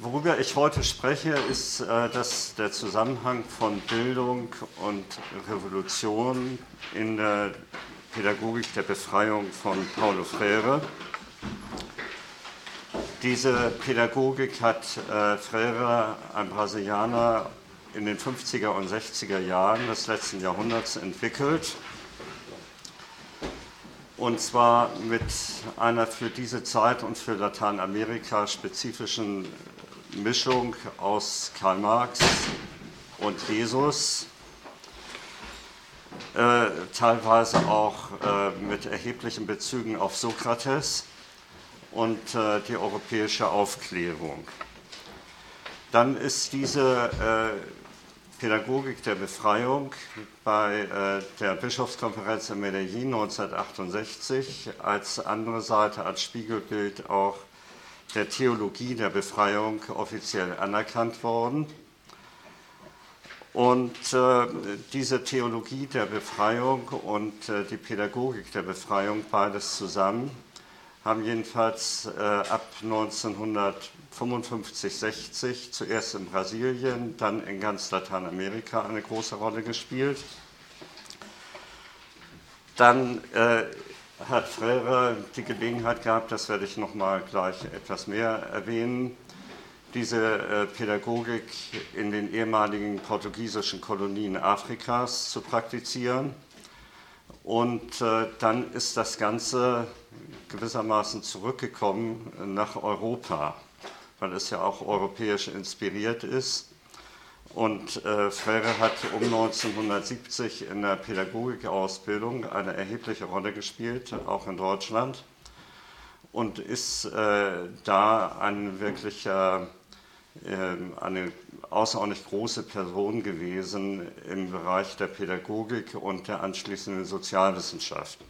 Worüber ich heute spreche, ist der Zusammenhang von Bildung und Revolution in der Pädagogik der Befreiung von Paulo Freire. Diese Pädagogik hat Freire, ein Brasilianer, in den 50er und 60er Jahren des letzten Jahrhunderts entwickelt. Und zwar mit einer für diese Zeit und für Lateinamerika spezifischen Mischung aus Karl Marx und Jesus, teilweise auch mit erheblichen Bezügen auf Sokrates und die europäische Aufklärung. Dann ist diese Pädagogik der Befreiung bei der Bischofskonferenz in Medellin 1968 als andere Seite, als Spiegelbild auch der Theologie der Befreiung offiziell anerkannt worden. Und diese Theologie der Befreiung und die Pädagogik der Befreiung, beides zusammen, haben jedenfalls ab 1955, 60 zuerst in Brasilien, dann in ganz Lateinamerika eine große Rolle gespielt. Dann hat Freire die Gelegenheit gehabt, das werde ich noch mal gleich etwas mehr erwähnen, diese Pädagogik in den ehemaligen portugiesischen Kolonien Afrikas zu praktizieren. Und dann ist das Ganze gewissermaßen zurückgekommen nach Europa, weil es ja auch europäisch inspiriert ist. Und Freire hat um 1970 in der Pädagogikausbildung eine erhebliche Rolle gespielt, auch in Deutschland, und ist da eine außerordentlich große Person gewesen im Bereich der Pädagogik und der anschließenden Sozialwissenschaften.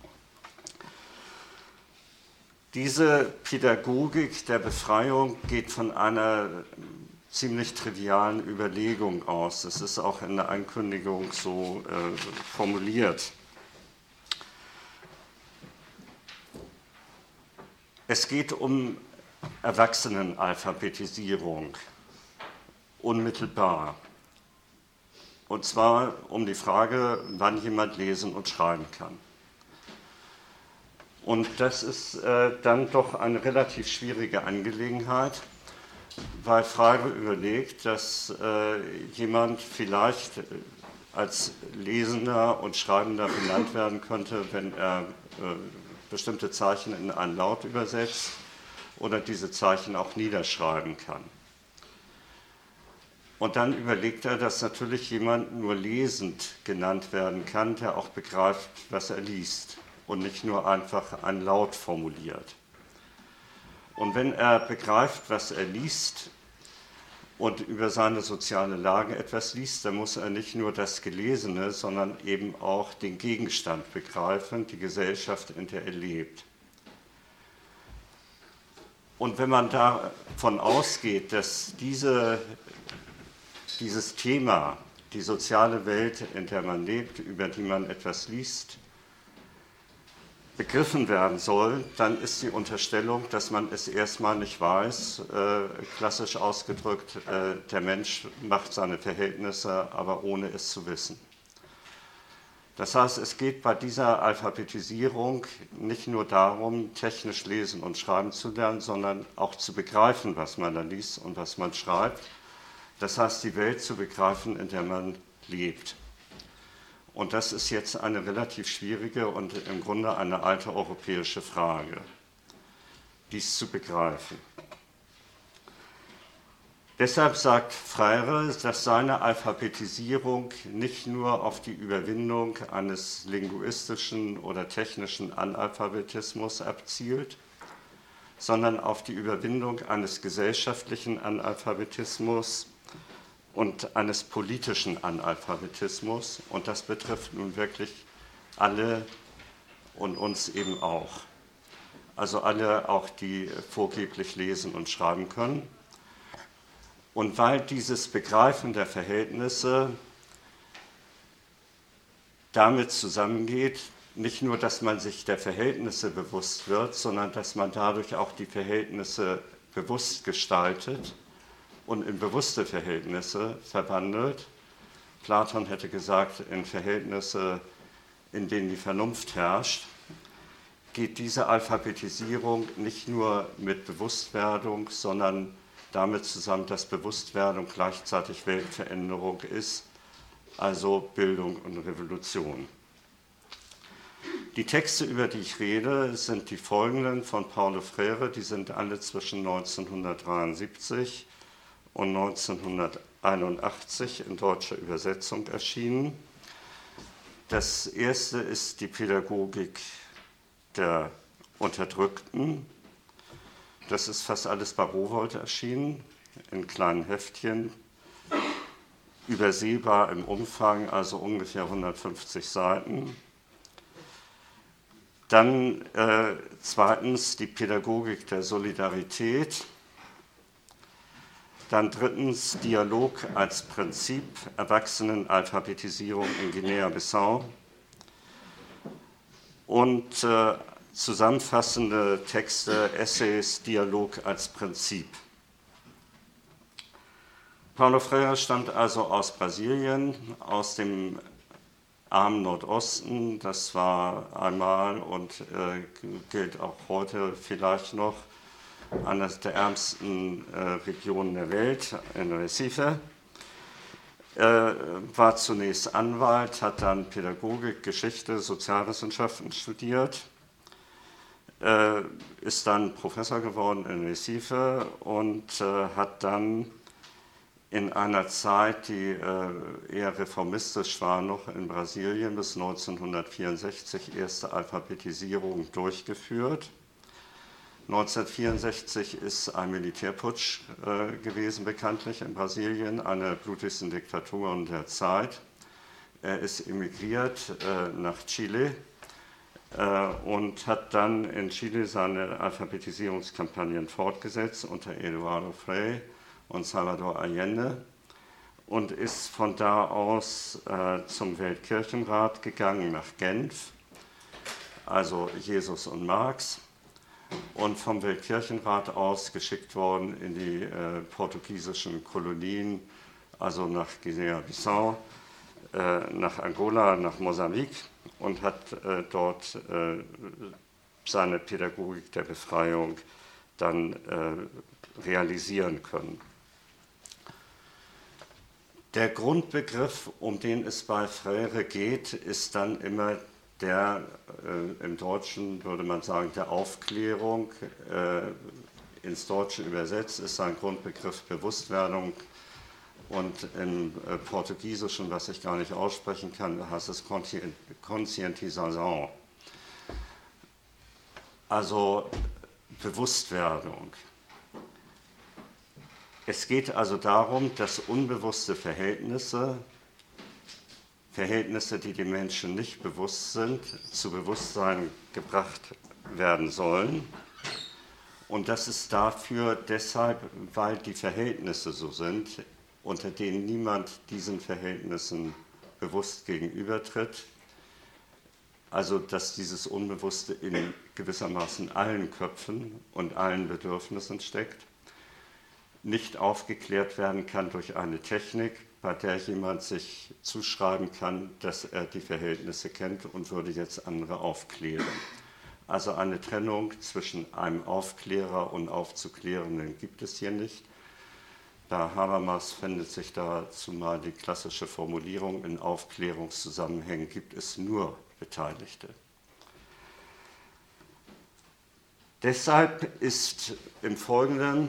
Diese Pädagogik der Befreiung geht von einer ziemlich trivialen Überlegung aus. Das ist auch in der Ankündigung so formuliert. Es geht um Erwachsenenalphabetisierung, unmittelbar. Und zwar um die Frage, wann jemand lesen und schreiben kann. Und das ist dann doch eine relativ schwierige Angelegenheit, weil Freire überlegt, dass jemand vielleicht als Lesender und Schreibender benannt werden könnte, wenn er bestimmte Zeichen in einen Laut übersetzt oder diese Zeichen auch niederschreiben kann. Und dann überlegt er, dass natürlich jemand nur lesend genannt werden kann, der auch begreift, was er liest und nicht nur einfach ein Laut formuliert. Und wenn er begreift, was er liest und über seine soziale Lage etwas liest, dann muss er nicht nur das Gelesene, sondern eben auch den Gegenstand begreifen, die Gesellschaft, in der er lebt. Und wenn man davon ausgeht, dass dieses Thema, die soziale Welt, in der man lebt, über die man etwas liest, begriffen werden soll, dann ist die Unterstellung, dass man es erstmal nicht weiß, klassisch ausgedrückt, der Mensch macht seine Verhältnisse, aber ohne es zu wissen. Das heißt, es geht bei dieser Alphabetisierung nicht nur darum, technisch lesen und schreiben zu lernen, sondern auch zu begreifen, was man da liest und was man schreibt. Das heißt, die Welt zu begreifen, in der man lebt. Und das ist jetzt eine relativ schwierige und im Grunde eine alte europäische Frage, dies zu begreifen. Deshalb sagt Freire, dass seine Alphabetisierung nicht nur auf die Überwindung eines linguistischen oder technischen Analphabetismus abzielt, sondern auf die Überwindung eines gesellschaftlichen Analphabetismus und eines politischen Analphabetismus. Und das betrifft nun wirklich alle und uns eben auch. Also alle auch, die vorgeblich lesen und schreiben können. Und weil dieses Begreifen der Verhältnisse damit zusammengeht, nicht nur, dass man sich der Verhältnisse bewusst wird, sondern dass man dadurch auch die Verhältnisse bewusst gestaltet und in bewusste Verhältnisse verwandelt. Platon hätte gesagt, in Verhältnisse, in denen die Vernunft herrscht, geht diese Alphabetisierung nicht nur mit Bewusstwerdung, sondern damit zusammen, dass Bewusstwerdung gleichzeitig Weltveränderung ist, also Bildung und Revolution. Die Texte, über die ich rede, sind die folgenden von Paulo Freire, die sind alle zwischen 1973 und 1981 in deutscher Übersetzung erschienen. Das erste ist die Pädagogik der Unterdrückten. Das ist fast alles bei Rowohlt erschienen, in kleinen Heftchen, übersehbar im Umfang, also ungefähr 150 Seiten. Dann zweitens die Pädagogik der Solidarität. Dann drittens Dialog als Prinzip, Erwachsenenalphabetisierung in Guinea-Bissau. Und zusammenfassende Texte, Essays, Dialog als Prinzip. Paulo Freire stammt also aus Brasilien, aus dem armen Nordosten. Das war einmal und gilt auch heute vielleicht noch eine der ärmsten Regionen der Welt, in Recife. War zunächst Anwalt, hat dann Pädagogik, Geschichte, Sozialwissenschaften studiert, ist dann Professor geworden in Recife und hat dann in einer Zeit, die eher reformistisch war, noch in Brasilien bis 1964 erste Alphabetisierung durchgeführt. 1964 ist ein Militärputsch gewesen, bekanntlich in Brasilien, eine blutigsten Diktaturen der Zeit. Er ist emigriert nach Chile und hat dann in Chile seine Alphabetisierungskampagnen fortgesetzt unter Eduardo Frei und Salvador Allende und ist von da aus zum Weltkirchenrat gegangen nach Genf, also Jesus und Marx, und vom Weltkirchenrat aus geschickt worden in die portugiesischen Kolonien, also nach Guinea-Bissau, nach Angola, nach Mosambik und hat dort seine Pädagogik der Befreiung dann realisieren können. Der Grundbegriff, um den es bei Freire geht, ist dann immer der, im Deutschen würde man sagen, der Aufklärung. Ins Deutsche übersetzt ist sein Grundbegriff Bewusstwerdung und im Portugiesischen, was ich gar nicht aussprechen kann, heißt es Conscientização. Also Bewusstwerdung. Es geht also darum, dass unbewusste Verhältnisse, die den Menschen nicht bewusst sind, zu Bewusstsein gebracht werden sollen. Und das ist dafür deshalb, weil die Verhältnisse so sind, unter denen niemand diesen Verhältnissen bewusst gegenübertritt. Also dass dieses Unbewusste in gewissermaßen allen Köpfen und allen Bedürfnissen steckt, nicht aufgeklärt werden kann durch eine Technik, bei der jemand sich zuschreiben kann, dass er die Verhältnisse kennt und würde jetzt andere aufklären. Also eine Trennung zwischen einem Aufklärer und Aufzuklärenden gibt es hier nicht. Bei Habermas findet sich dazu mal die klassische Formulierung, in Aufklärungszusammenhängen gibt es nur Beteiligte. Deshalb ist im Folgenden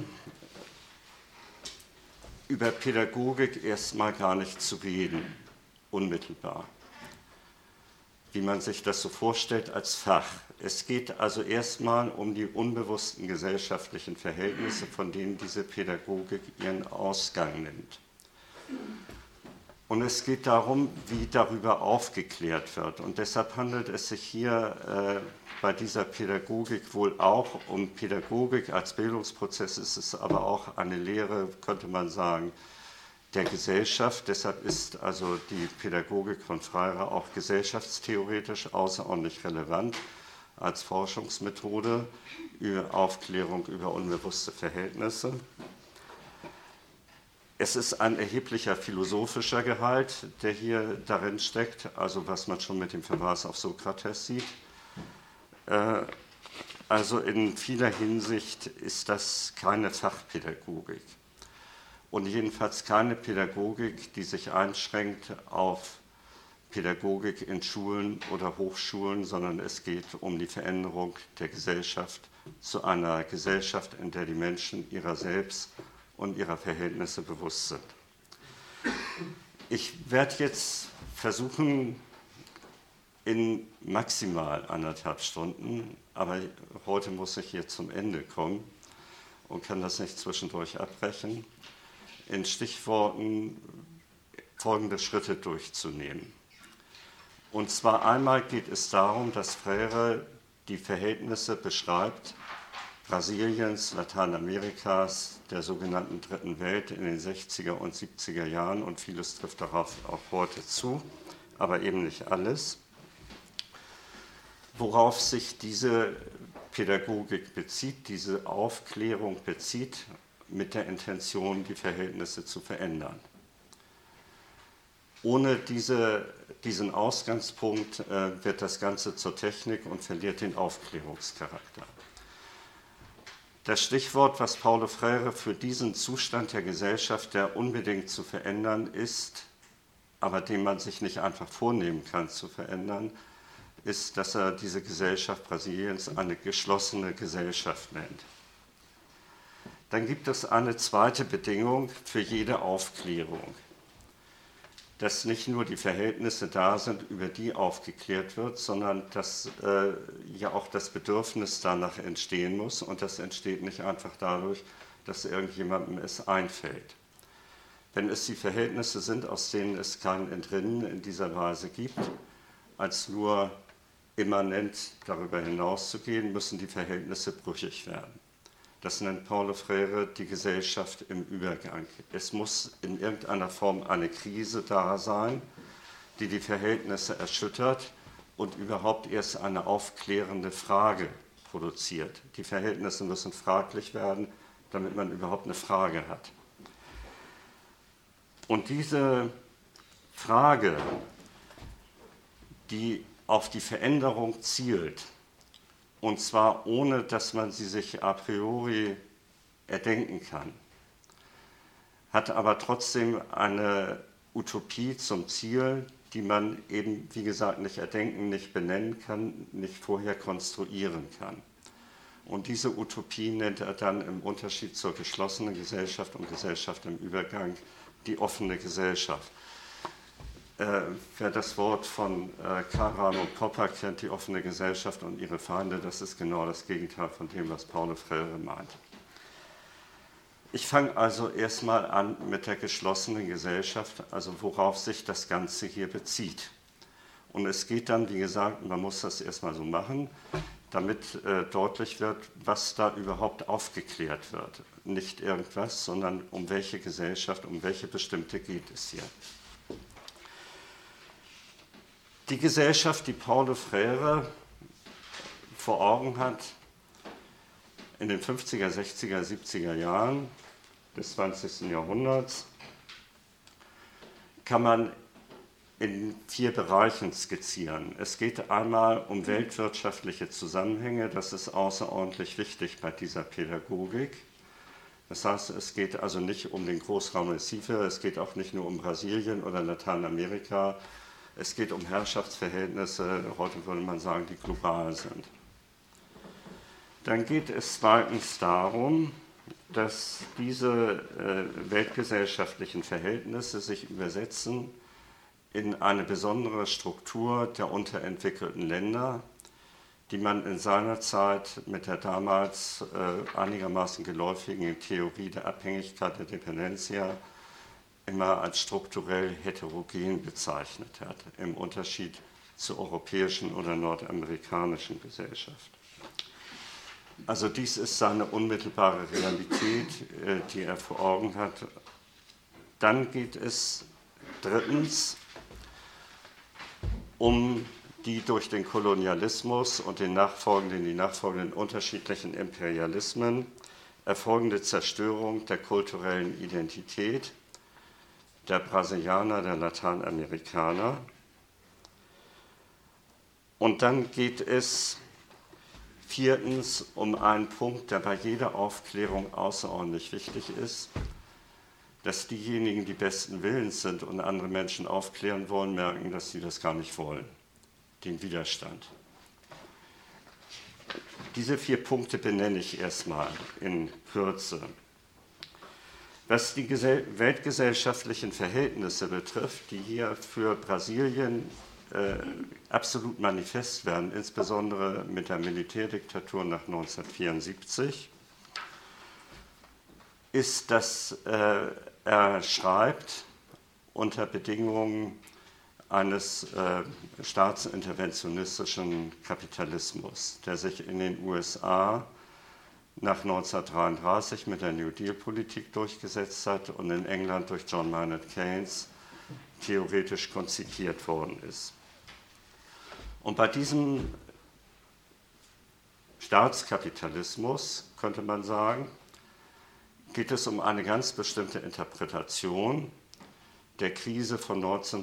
über Pädagogik erstmal gar nicht zu reden, unmittelbar, wie man sich das so vorstellt als Fach. Es geht also erstmal um die unbewussten gesellschaftlichen Verhältnisse, von denen diese Pädagogik ihren Ausgang nimmt. Und es geht darum, wie darüber aufgeklärt wird. Und deshalb handelt es sich hier bei dieser Pädagogik wohl auch um Pädagogik als Bildungsprozess. Es ist aber auch eine Lehre, könnte man sagen, der Gesellschaft. Deshalb ist also die Pädagogik von Freire auch gesellschaftstheoretisch außerordentlich relevant als Forschungsmethode über Aufklärung über unbewusste Verhältnisse. Es ist ein erheblicher philosophischer Gehalt, der hier darin steckt, also was man schon mit dem Verweis auf Sokrates sieht. Also in vieler Hinsicht ist das keine Fachpädagogik und jedenfalls keine Pädagogik, die sich einschränkt auf Pädagogik in Schulen oder Hochschulen, sondern es geht um die Veränderung der Gesellschaft zu einer Gesellschaft, in der die Menschen ihrer selbst und ihrer Verhältnisse bewusst sind. Ich werde jetzt versuchen, in maximal 1,5 Stunden, aber heute muss ich hier zum Ende kommen und kann das nicht zwischendurch abbrechen, in Stichworten folgende Schritte durchzunehmen. Und zwar einmal geht es darum, dass Freire die Verhältnisse beschreibt Brasiliens, Lateinamerikas, der sogenannten Dritten Welt in den 60er und 70er Jahren und vieles trifft darauf auch heute zu, aber eben nicht alles. Worauf sich diese Pädagogik bezieht, diese Aufklärung bezieht, mit der Intention, die Verhältnisse zu verändern. Ohne diesen Ausgangspunkt wird das Ganze zur Technik und verliert den Aufklärungscharakter. Das Stichwort, was Paulo Freire für diesen Zustand der Gesellschaft, der unbedingt zu verändern ist, aber den man sich nicht einfach vornehmen kann zu verändern, ist, dass er diese Gesellschaft Brasiliens eine geschlossene Gesellschaft nennt. Dann gibt es eine zweite Bedingung für jede Aufklärung, dass nicht nur die Verhältnisse da sind, über die aufgeklärt wird, sondern dass ja auch das Bedürfnis danach entstehen muss und das entsteht nicht einfach dadurch, dass irgendjemandem es einfällt. Wenn es die Verhältnisse sind, aus denen es kein Entrinnen in dieser Weise gibt, als nur immanent darüber hinauszugehen, müssen die Verhältnisse brüchig werden. Das nennt Paulo Freire die Gesellschaft im Übergang. Es muss in irgendeiner Form eine Krise da sein, die die Verhältnisse erschüttert und überhaupt erst eine aufklärende Frage produziert. Die Verhältnisse müssen fraglich werden, damit man überhaupt eine Frage hat. Und diese Frage, die auf die Veränderung zielt, und zwar ohne, dass man sie sich a priori erdenken kann, hat aber trotzdem eine Utopie zum Ziel, die man eben, wie gesagt, nicht erdenken, nicht benennen kann, nicht vorher konstruieren kann. Und diese Utopie nennt er dann im Unterschied zur geschlossenen Gesellschaft und Gesellschaft im Übergang die offene Gesellschaft. Wer das Wort von Karan und Popper kennt, die offene Gesellschaft und ihre Feinde, das ist genau das Gegenteil von dem, was Paulo Freire meint. Ich fange also erstmal an mit der geschlossenen Gesellschaft, also worauf sich das Ganze hier bezieht. Und es geht dann, wie gesagt, man muss das erstmal so machen, damit deutlich wird, was da überhaupt aufgeklärt wird. Nicht irgendwas, sondern um welche Gesellschaft, um welche bestimmte geht es hier. Die Gesellschaft, die Paulo Freire vor Augen hat, in den 50er, 60er, 70er Jahren des 20. Jahrhunderts, kann man in 4 Bereichen skizzieren. Es geht einmal um weltwirtschaftliche Zusammenhänge, das ist außerordentlich wichtig bei dieser Pädagogik. Das heißt, es geht also nicht um den Großraum Recife, es geht auch nicht nur um Brasilien oder Lateinamerika, es geht um Herrschaftsverhältnisse, heute würde man sagen, die global sind. Dann geht es zweitens darum, dass diese weltgesellschaftlichen Verhältnisse sich übersetzen in eine besondere Struktur der unterentwickelten Länder, die man in seiner Zeit mit der damals einigermaßen geläufigen Theorie der Abhängigkeit der Dependencia immer als strukturell heterogen bezeichnet hat, im Unterschied zur europäischen oder nordamerikanischen Gesellschaft. Also dies ist seine unmittelbare Realität, die er vor Augen hat. Dann geht es drittens um die durch den Kolonialismus und die nachfolgenden unterschiedlichen Imperialismen erfolgende Zerstörung der kulturellen Identität der Brasilianer, der Lateinamerikaner. Und dann geht es viertens um einen Punkt, der bei jeder Aufklärung außerordentlich wichtig ist, dass diejenigen, die besten Willens sind und andere Menschen aufklären wollen, merken, dass sie das gar nicht wollen, den Widerstand. Diese 4 Punkte benenne ich erstmal in Kürze. Was die weltgesellschaftlichen Verhältnisse betrifft, die hier für Brasilien absolut manifest werden, insbesondere mit der Militärdiktatur nach 1974, ist, dass er schreibt unter Bedingungen eines staatsinterventionistischen Kapitalismus, der sich in den USA nach 1933 mit der New Deal-Politik durchgesetzt hat und in England durch John Maynard Keynes theoretisch konzipiert worden ist. Und bei diesem Staatskapitalismus, könnte man sagen, geht es um eine ganz bestimmte Interpretation der Krise von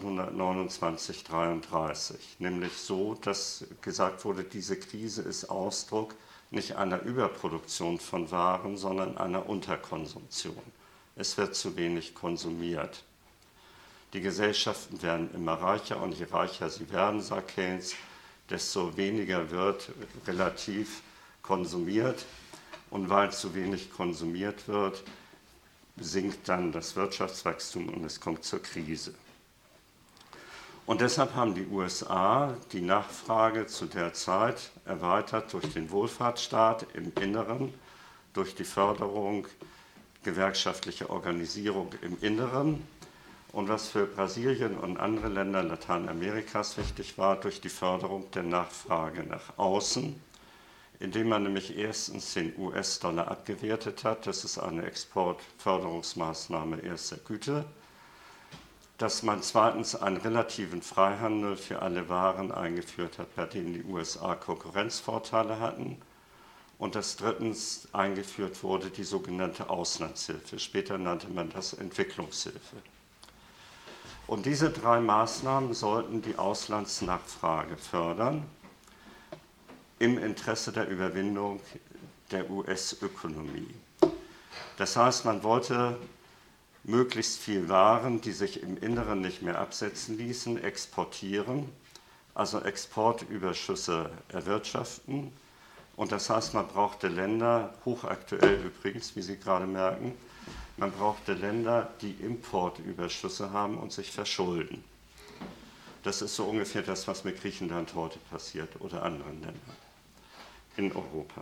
1929-33, nämlich so, dass gesagt wurde, diese Krise ist Ausdruck nicht einer Überproduktion von Waren, sondern einer Unterkonsumption. Es wird zu wenig konsumiert. Die Gesellschaften werden immer reicher und je reicher sie werden, sagt Keynes, desto weniger wird relativ konsumiert. Und weil zu wenig konsumiert wird, sinkt dann das Wirtschaftswachstum und es kommt zur Krise. Und deshalb haben die USA die Nachfrage zu der Zeit erweitert durch den Wohlfahrtsstaat im Inneren, durch die Förderung gewerkschaftlicher Organisierung im Inneren und was für Brasilien und andere Länder Lateinamerikas wichtig war, durch die Förderung der Nachfrage nach außen, indem man nämlich erstens den US-Dollar abgewertet hat, das ist eine Exportförderungsmaßnahme erster Güte, dass man zweitens einen relativen Freihandel für alle Waren eingeführt hat, bei denen die USA Konkurrenzvorteile hatten, und dass drittens eingeführt wurde die sogenannte Auslandshilfe. Später nannte man das Entwicklungshilfe. Und diese 3 Maßnahmen sollten die Auslandsnachfrage fördern, im Interesse der Überwindung der US-Ökonomie. Das heißt, man wollte möglichst viel Waren, die sich im Inneren nicht mehr absetzen ließen, exportieren, also Exportüberschüsse erwirtschaften. Und das heißt, man brauchte Länder, hochaktuell übrigens, wie Sie gerade merken, man brauchte Länder, die Importüberschüsse haben und sich verschulden. Das ist so ungefähr das, was mit Griechenland heute passiert oder anderen Ländern in Europa.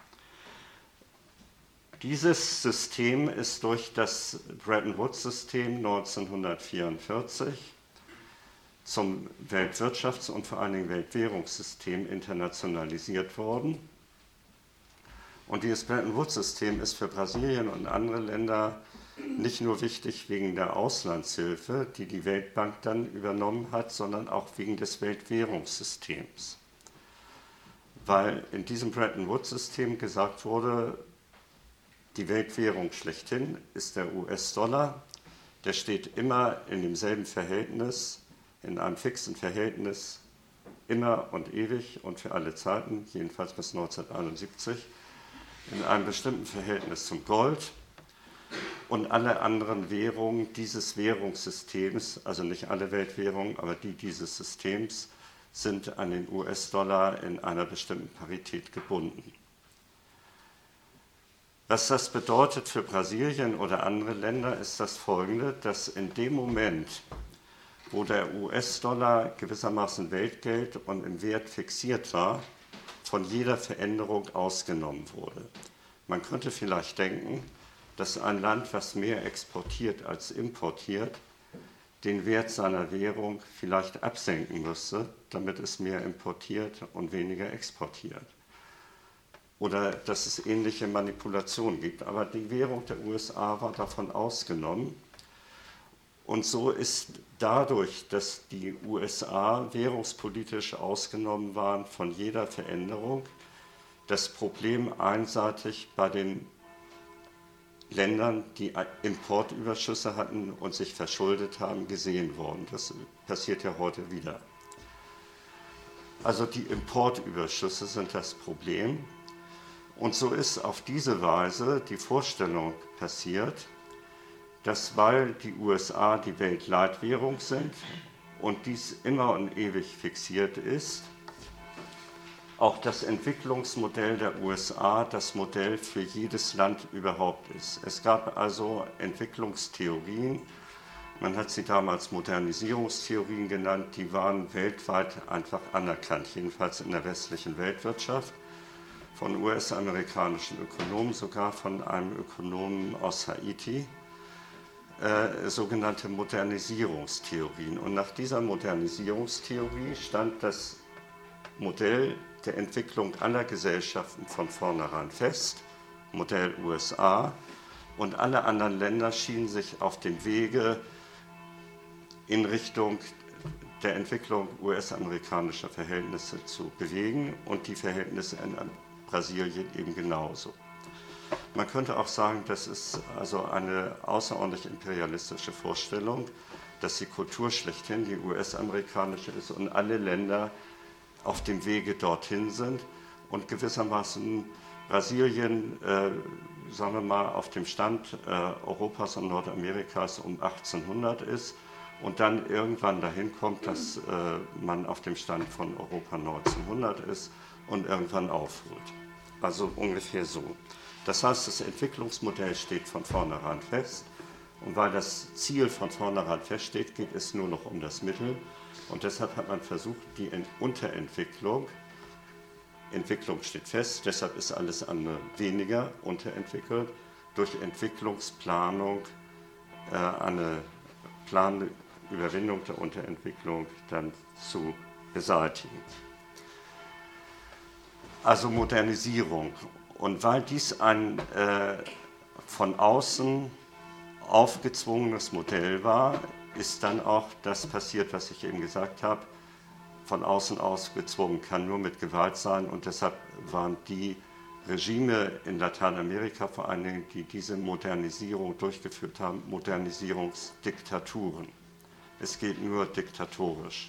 Dieses System ist durch das Bretton-Woods-System 1944 zum Weltwirtschafts- und vor allen Dingen Weltwährungssystem internationalisiert worden. Und dieses Bretton-Woods-System ist für Brasilien und andere Länder nicht nur wichtig wegen der Auslandshilfe, die die Weltbank dann übernommen hat, sondern auch wegen des Weltwährungssystems. Weil in diesem Bretton-Woods-System gesagt wurde, die Weltwährung schlechthin ist der US-Dollar, der steht immer in demselben Verhältnis, in einem fixen Verhältnis, immer und ewig und für alle Zeiten, jedenfalls bis 1971, in einem bestimmten Verhältnis zum Gold. Und alle anderen Währungen dieses Währungssystems, also nicht alle Weltwährungen, aber die dieses Systems, sind an den US-Dollar in einer bestimmten Parität gebunden. Was das bedeutet für Brasilien oder andere Länder, ist das Folgende, dass in dem Moment, wo der US-Dollar gewissermaßen Weltgeld und im Wert fixiert war, von jeder Veränderung ausgenommen wurde. Man könnte vielleicht denken, dass ein Land, was mehr exportiert als importiert, den Wert seiner Währung vielleicht absenken müsste, damit es mehr importiert und weniger exportiert. Oder dass es ähnliche Manipulationen gibt. Aber die Währung der USA war davon ausgenommen. Und so ist dadurch, dass die USA währungspolitisch ausgenommen waren von jeder Veränderung, das Problem einseitig bei den Ländern, die Importüberschüsse hatten und sich verschuldet haben, gesehen worden. Das passiert ja heute wieder. Also die Importüberschüsse sind das Problem. Und so ist auf diese Weise die Vorstellung passiert, dass, weil die USA die Weltleitwährung sind und dies immer und ewig fixiert ist, auch das Entwicklungsmodell der USA das Modell für jedes Land überhaupt ist. Es gab also Entwicklungstheorien, man hat sie damals Modernisierungstheorien genannt, die waren weltweit einfach anerkannt, jedenfalls in der westlichen Weltwirtschaft, von US-amerikanischen Ökonomen, sogar von einem Ökonomen aus Haiti, sogenannte Modernisierungstheorien. Und nach dieser Modernisierungstheorie stand das Modell der Entwicklung aller Gesellschaften von vornherein fest, Modell USA, und alle anderen Länder schienen sich auf dem Wege in Richtung der Entwicklung US-amerikanischer Verhältnisse zu bewegen und die Verhältnisse in Brasilien eben genauso. Man könnte auch sagen, das ist also eine außerordentlich imperialistische Vorstellung, dass die Kultur schlechthin die US-amerikanische ist und alle Länder auf dem Wege dorthin sind und gewissermaßen Brasilien, sagen wir mal, auf dem Stand Europas und Nordamerikas um 1800 ist und dann irgendwann dahin kommt, dass man auf dem Stand von Europa 1900 ist und irgendwann aufholt. Also ungefähr so. Das heißt, das Entwicklungsmodell steht von vornherein fest und weil das Ziel von vornherein feststeht, geht es nur noch um das Mittel. Und deshalb hat man versucht, die Unterentwicklung, Entwicklung steht fest, deshalb ist alles andere weniger unterentwickelt, durch Entwicklungsplanung eine Überwindung der Unterentwicklung dann zu beseitigen. Also Modernisierung. Und weil dies ein von außen aufgezwungenes Modell war, ist dann auch das passiert, was ich eben gesagt habe, von außen aufgezwungen, kann nur mit Gewalt sein und deshalb waren die Regime in Lateinamerika vor allen Dingen, die diese Modernisierung durchgeführt haben, Modernisierungsdiktaturen. Es geht nur diktatorisch.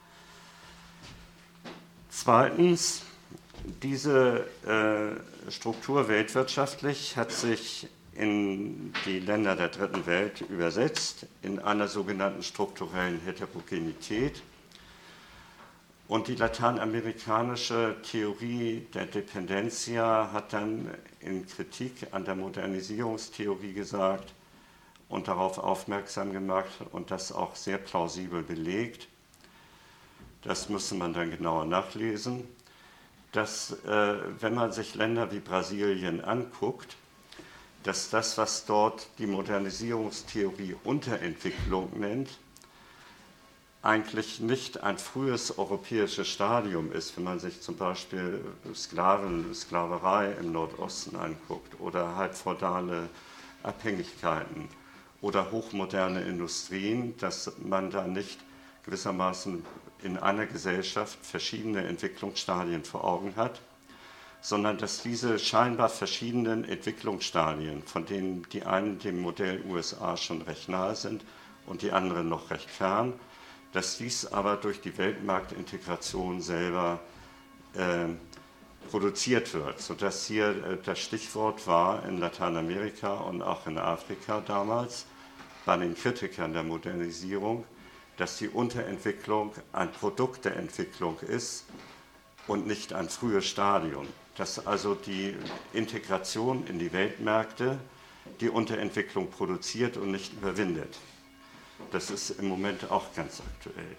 Zweitens, diese Struktur weltwirtschaftlich hat sich in die Länder der Dritten Welt übersetzt, in einer sogenannten strukturellen Heterogenität. Und die lateinamerikanische Theorie der Dependencia hat dann in Kritik an der Modernisierungstheorie gesagt und darauf aufmerksam gemacht und das auch sehr plausibel belegt. Das müsste man dann genauer nachlesen, dass wenn man sich Länder wie Brasilien anguckt, dass das, was dort die Modernisierungstheorie Unterentwicklung nennt, eigentlich nicht ein frühes europäisches Stadium ist, wenn man sich zum Beispiel Sklaverei im Nordosten anguckt oder halbfeudale Abhängigkeiten oder hochmoderne Industrien, dass man da nicht gewissermaßen in einer Gesellschaft verschiedene Entwicklungsstadien vor Augen hat, sondern dass diese scheinbar verschiedenen Entwicklungsstadien, von denen die einen dem Modell USA schon recht nahe sind und die anderen noch recht fern, dass dies aber durch die Weltmarktintegration selber produziert wird, sodass hier das Stichwort war in Lateinamerika und auch in Afrika damals bei den Kritikern der Modernisierung, dass die Unterentwicklung ein Produkt der Entwicklung ist und nicht ein frühes Stadium, dass also die Integration in die Weltmärkte die Unterentwicklung produziert und nicht überwindet. Das ist im Moment auch ganz aktuell.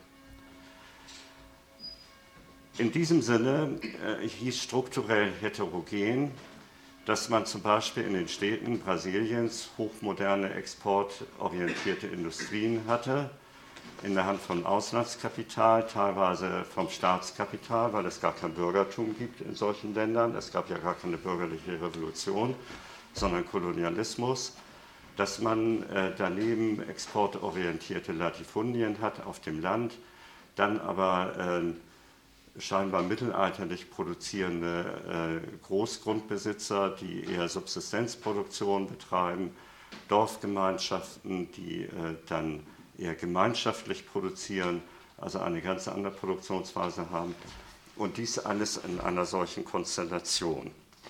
In diesem Sinne hieß strukturell heterogen, dass man zum Beispiel in den Städten Brasiliens hochmoderne exportorientierte Industrien hatte, in der Hand von Auslandskapital, teilweise vom Staatskapital, weil es gar kein Bürgertum gibt in solchen Ländern. Es gab ja gar keine bürgerliche Revolution, sondern Kolonialismus. Dass man daneben exportorientierte Latifundien hat auf dem Land, dann aber scheinbar mittelalterlich produzierende Großgrundbesitzer, die eher Subsistenzproduktion betreiben, Dorfgemeinschaften, die dann eher gemeinschaftlich produzieren, also eine ganz andere Produktionsweise haben. Und dies alles in einer solchen Konstellation.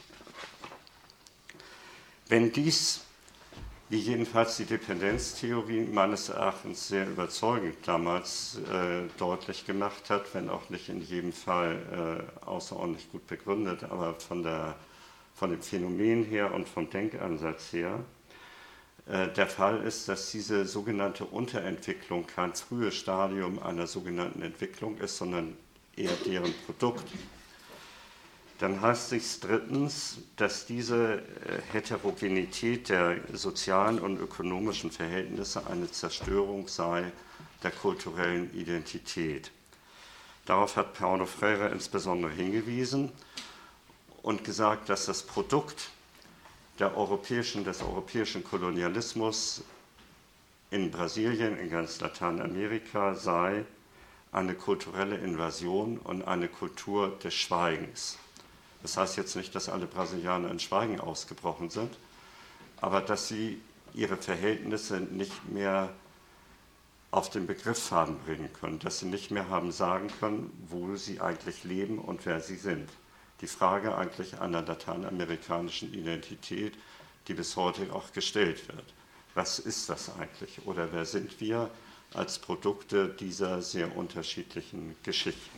Wenn dies, wie jedenfalls die Dependenztheorie meines Erachtens sehr überzeugend damals deutlich gemacht hat, wenn auch nicht in jedem Fall außerordentlich gut begründet, aber von dem Phänomen her und vom Denkansatz her, der Fall ist, dass diese sogenannte Unterentwicklung kein frühes Stadium einer sogenannten Entwicklung ist, sondern eher deren Produkt. Dann heißt es drittens, dass diese Heterogenität der sozialen und ökonomischen Verhältnisse eine Zerstörung sei der kulturellen Identität. Darauf hat Paulo Freire insbesondere hingewiesen und gesagt, dass das Produkt des europäischen Kolonialismus in Brasilien, in ganz Lateinamerika sei eine kulturelle Invasion und eine Kultur des Schweigens. Das heißt jetzt nicht, dass alle Brasilianer in Schweigen ausgebrochen sind, aber dass sie ihre Verhältnisse nicht mehr auf den Begriff haben bringen können, dass sie nicht mehr haben sagen können, wo sie eigentlich leben und wer sie sind. Die Frage eigentlich einer lateinamerikanischen Identität, die bis heute auch gestellt wird. Was ist das eigentlich oder wer sind wir als Produkte dieser sehr unterschiedlichen Geschichten?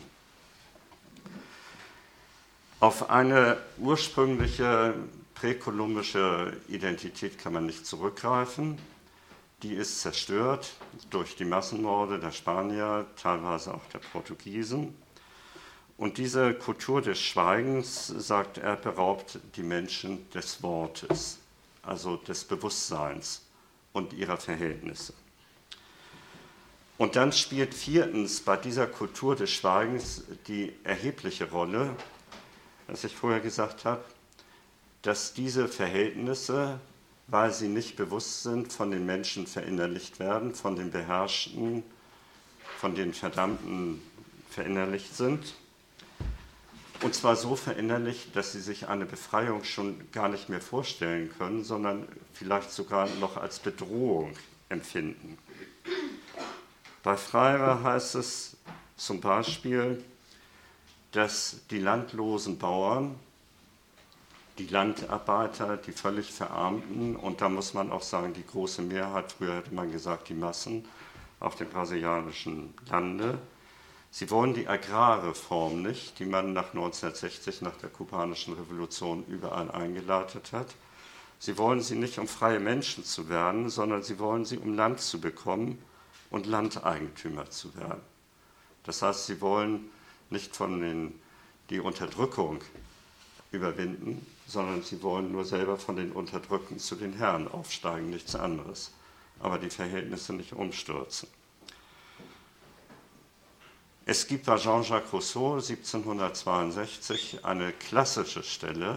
Auf eine ursprüngliche präkolumbische Identität kann man nicht zurückgreifen. Die ist zerstört durch die Massenmorde der Spanier, teilweise auch der Portugiesen. Und diese Kultur des Schweigens, sagt er, beraubt die Menschen des Wortes, also des Bewusstseins und ihrer Verhältnisse. Und dann spielt viertens bei dieser Kultur des Schweigens die erhebliche Rolle, was ich vorher gesagt habe, dass diese Verhältnisse, weil sie nicht bewusst sind, von den Menschen verinnerlicht werden, von den Beherrschten, von den Verdammten verinnerlicht sind. Und zwar so verinnerlicht, dass sie sich eine Befreiung schon gar nicht mehr vorstellen können, sondern vielleicht sogar noch als Bedrohung empfinden. Bei Freire heißt es zum Beispiel, dass die landlosen Bauern, die Landarbeiter, die völlig Verarmten, und da muss man auch sagen, die große Mehrheit, früher hätte man gesagt, die Massen auf dem brasilianischen Lande, sie wollen die Agrarreform nicht, die man nach 1960, nach der kubanischen Revolution überall eingeleitet hat. Sie wollen sie nicht, um freie Menschen zu werden, sondern sie wollen sie, um Land zu bekommen und Landeigentümer zu werden. Das heißt, sie wollen nicht die Unterdrückung überwinden, sondern sie wollen nur selber von den Unterdrückten zu den Herren aufsteigen, nichts anderes, aber die Verhältnisse nicht umstürzen. Es gibt bei Jean-Jacques Rousseau 1762 eine klassische Stelle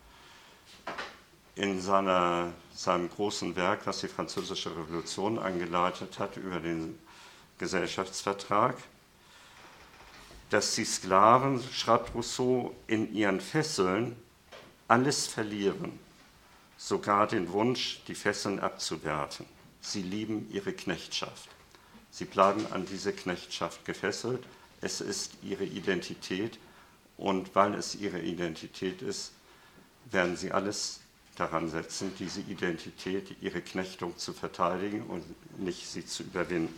in seinem großen Werk, was die Französische Revolution eingeleitet hat, über den Gesellschaftsvertrag, dass die Sklaven, schreibt Rousseau, in ihren Fesseln alles verlieren, sogar den Wunsch, die Fesseln abzuwerfen. Sie lieben ihre Knechtschaft. Sie bleiben an diese Knechtschaft gefesselt. Es ist ihre Identität und weil es ihre Identität ist, werden sie alles daran setzen, diese Identität, ihre Knechtung zu verteidigen und nicht sie zu überwinden.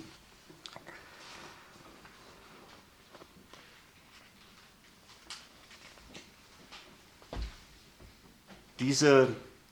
Diese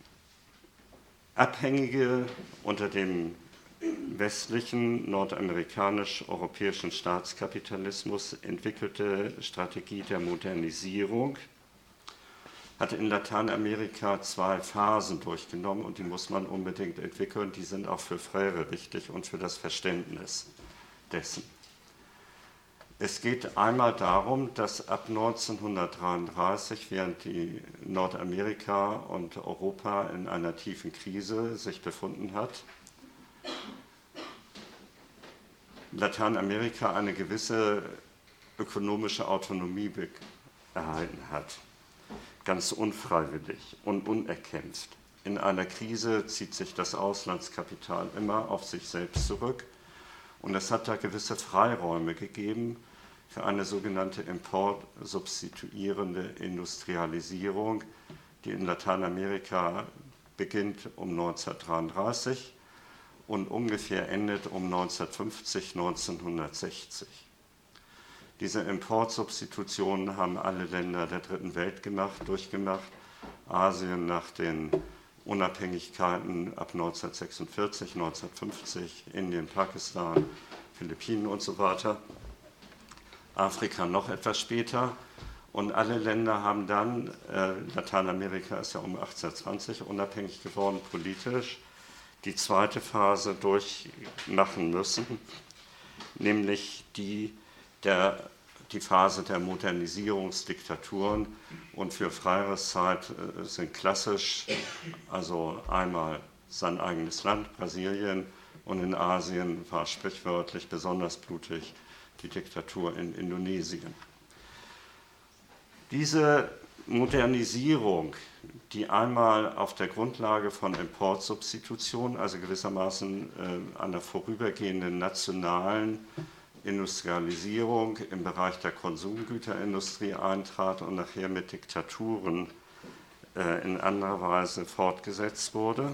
abhängige, unter dem westlichen, nordamerikanisch-europäischen Staatskapitalismus entwickelte Strategie der Modernisierung hat in Lateinamerika zwei Phasen durchgenommen und die muss man unbedingt entwickeln. Die sind auch für Freire wichtig und für das Verständnis dessen. Es geht einmal darum, dass ab 1933, während die Nordamerika und Europa in einer tiefen Krise sich befunden hat, Lateinamerika eine gewisse ökonomische Autonomie erhalten hat. Ganz unfreiwillig und unerkämpft. In einer Krise zieht sich das Auslandskapital immer auf sich selbst zurück und es hat da gewisse Freiräume gegeben für eine sogenannte importsubstituierende Industrialisierung, die in Lateinamerika beginnt um 1933 und ungefähr endet um 1950, 1960. Diese Importsubstitutionen haben alle Länder der Dritten Welt durchgemacht. Asien nach den Unabhängigkeiten ab 1946, 1950, Indien, Pakistan, Philippinen und so weiter. Afrika noch etwas später. Und alle Länder haben dann, Lateinamerika ist ja um 1820 unabhängig geworden politisch, die zweite Phase durchmachen müssen, nämlich die Phase der Modernisierungsdiktaturen. Und für Freires Zeit sind klassisch, also einmal sein eigenes Land, Brasilien, und in Asien war sprichwörtlich besonders blutig die Diktatur in Indonesien. Diese Modernisierung, die einmal auf der Grundlage von Importsubstitution, also gewissermaßen einer vorübergehenden nationalen Industrialisierung im Bereich der Konsumgüterindustrie eintrat und nachher mit Diktaturen in anderer Weise fortgesetzt wurde,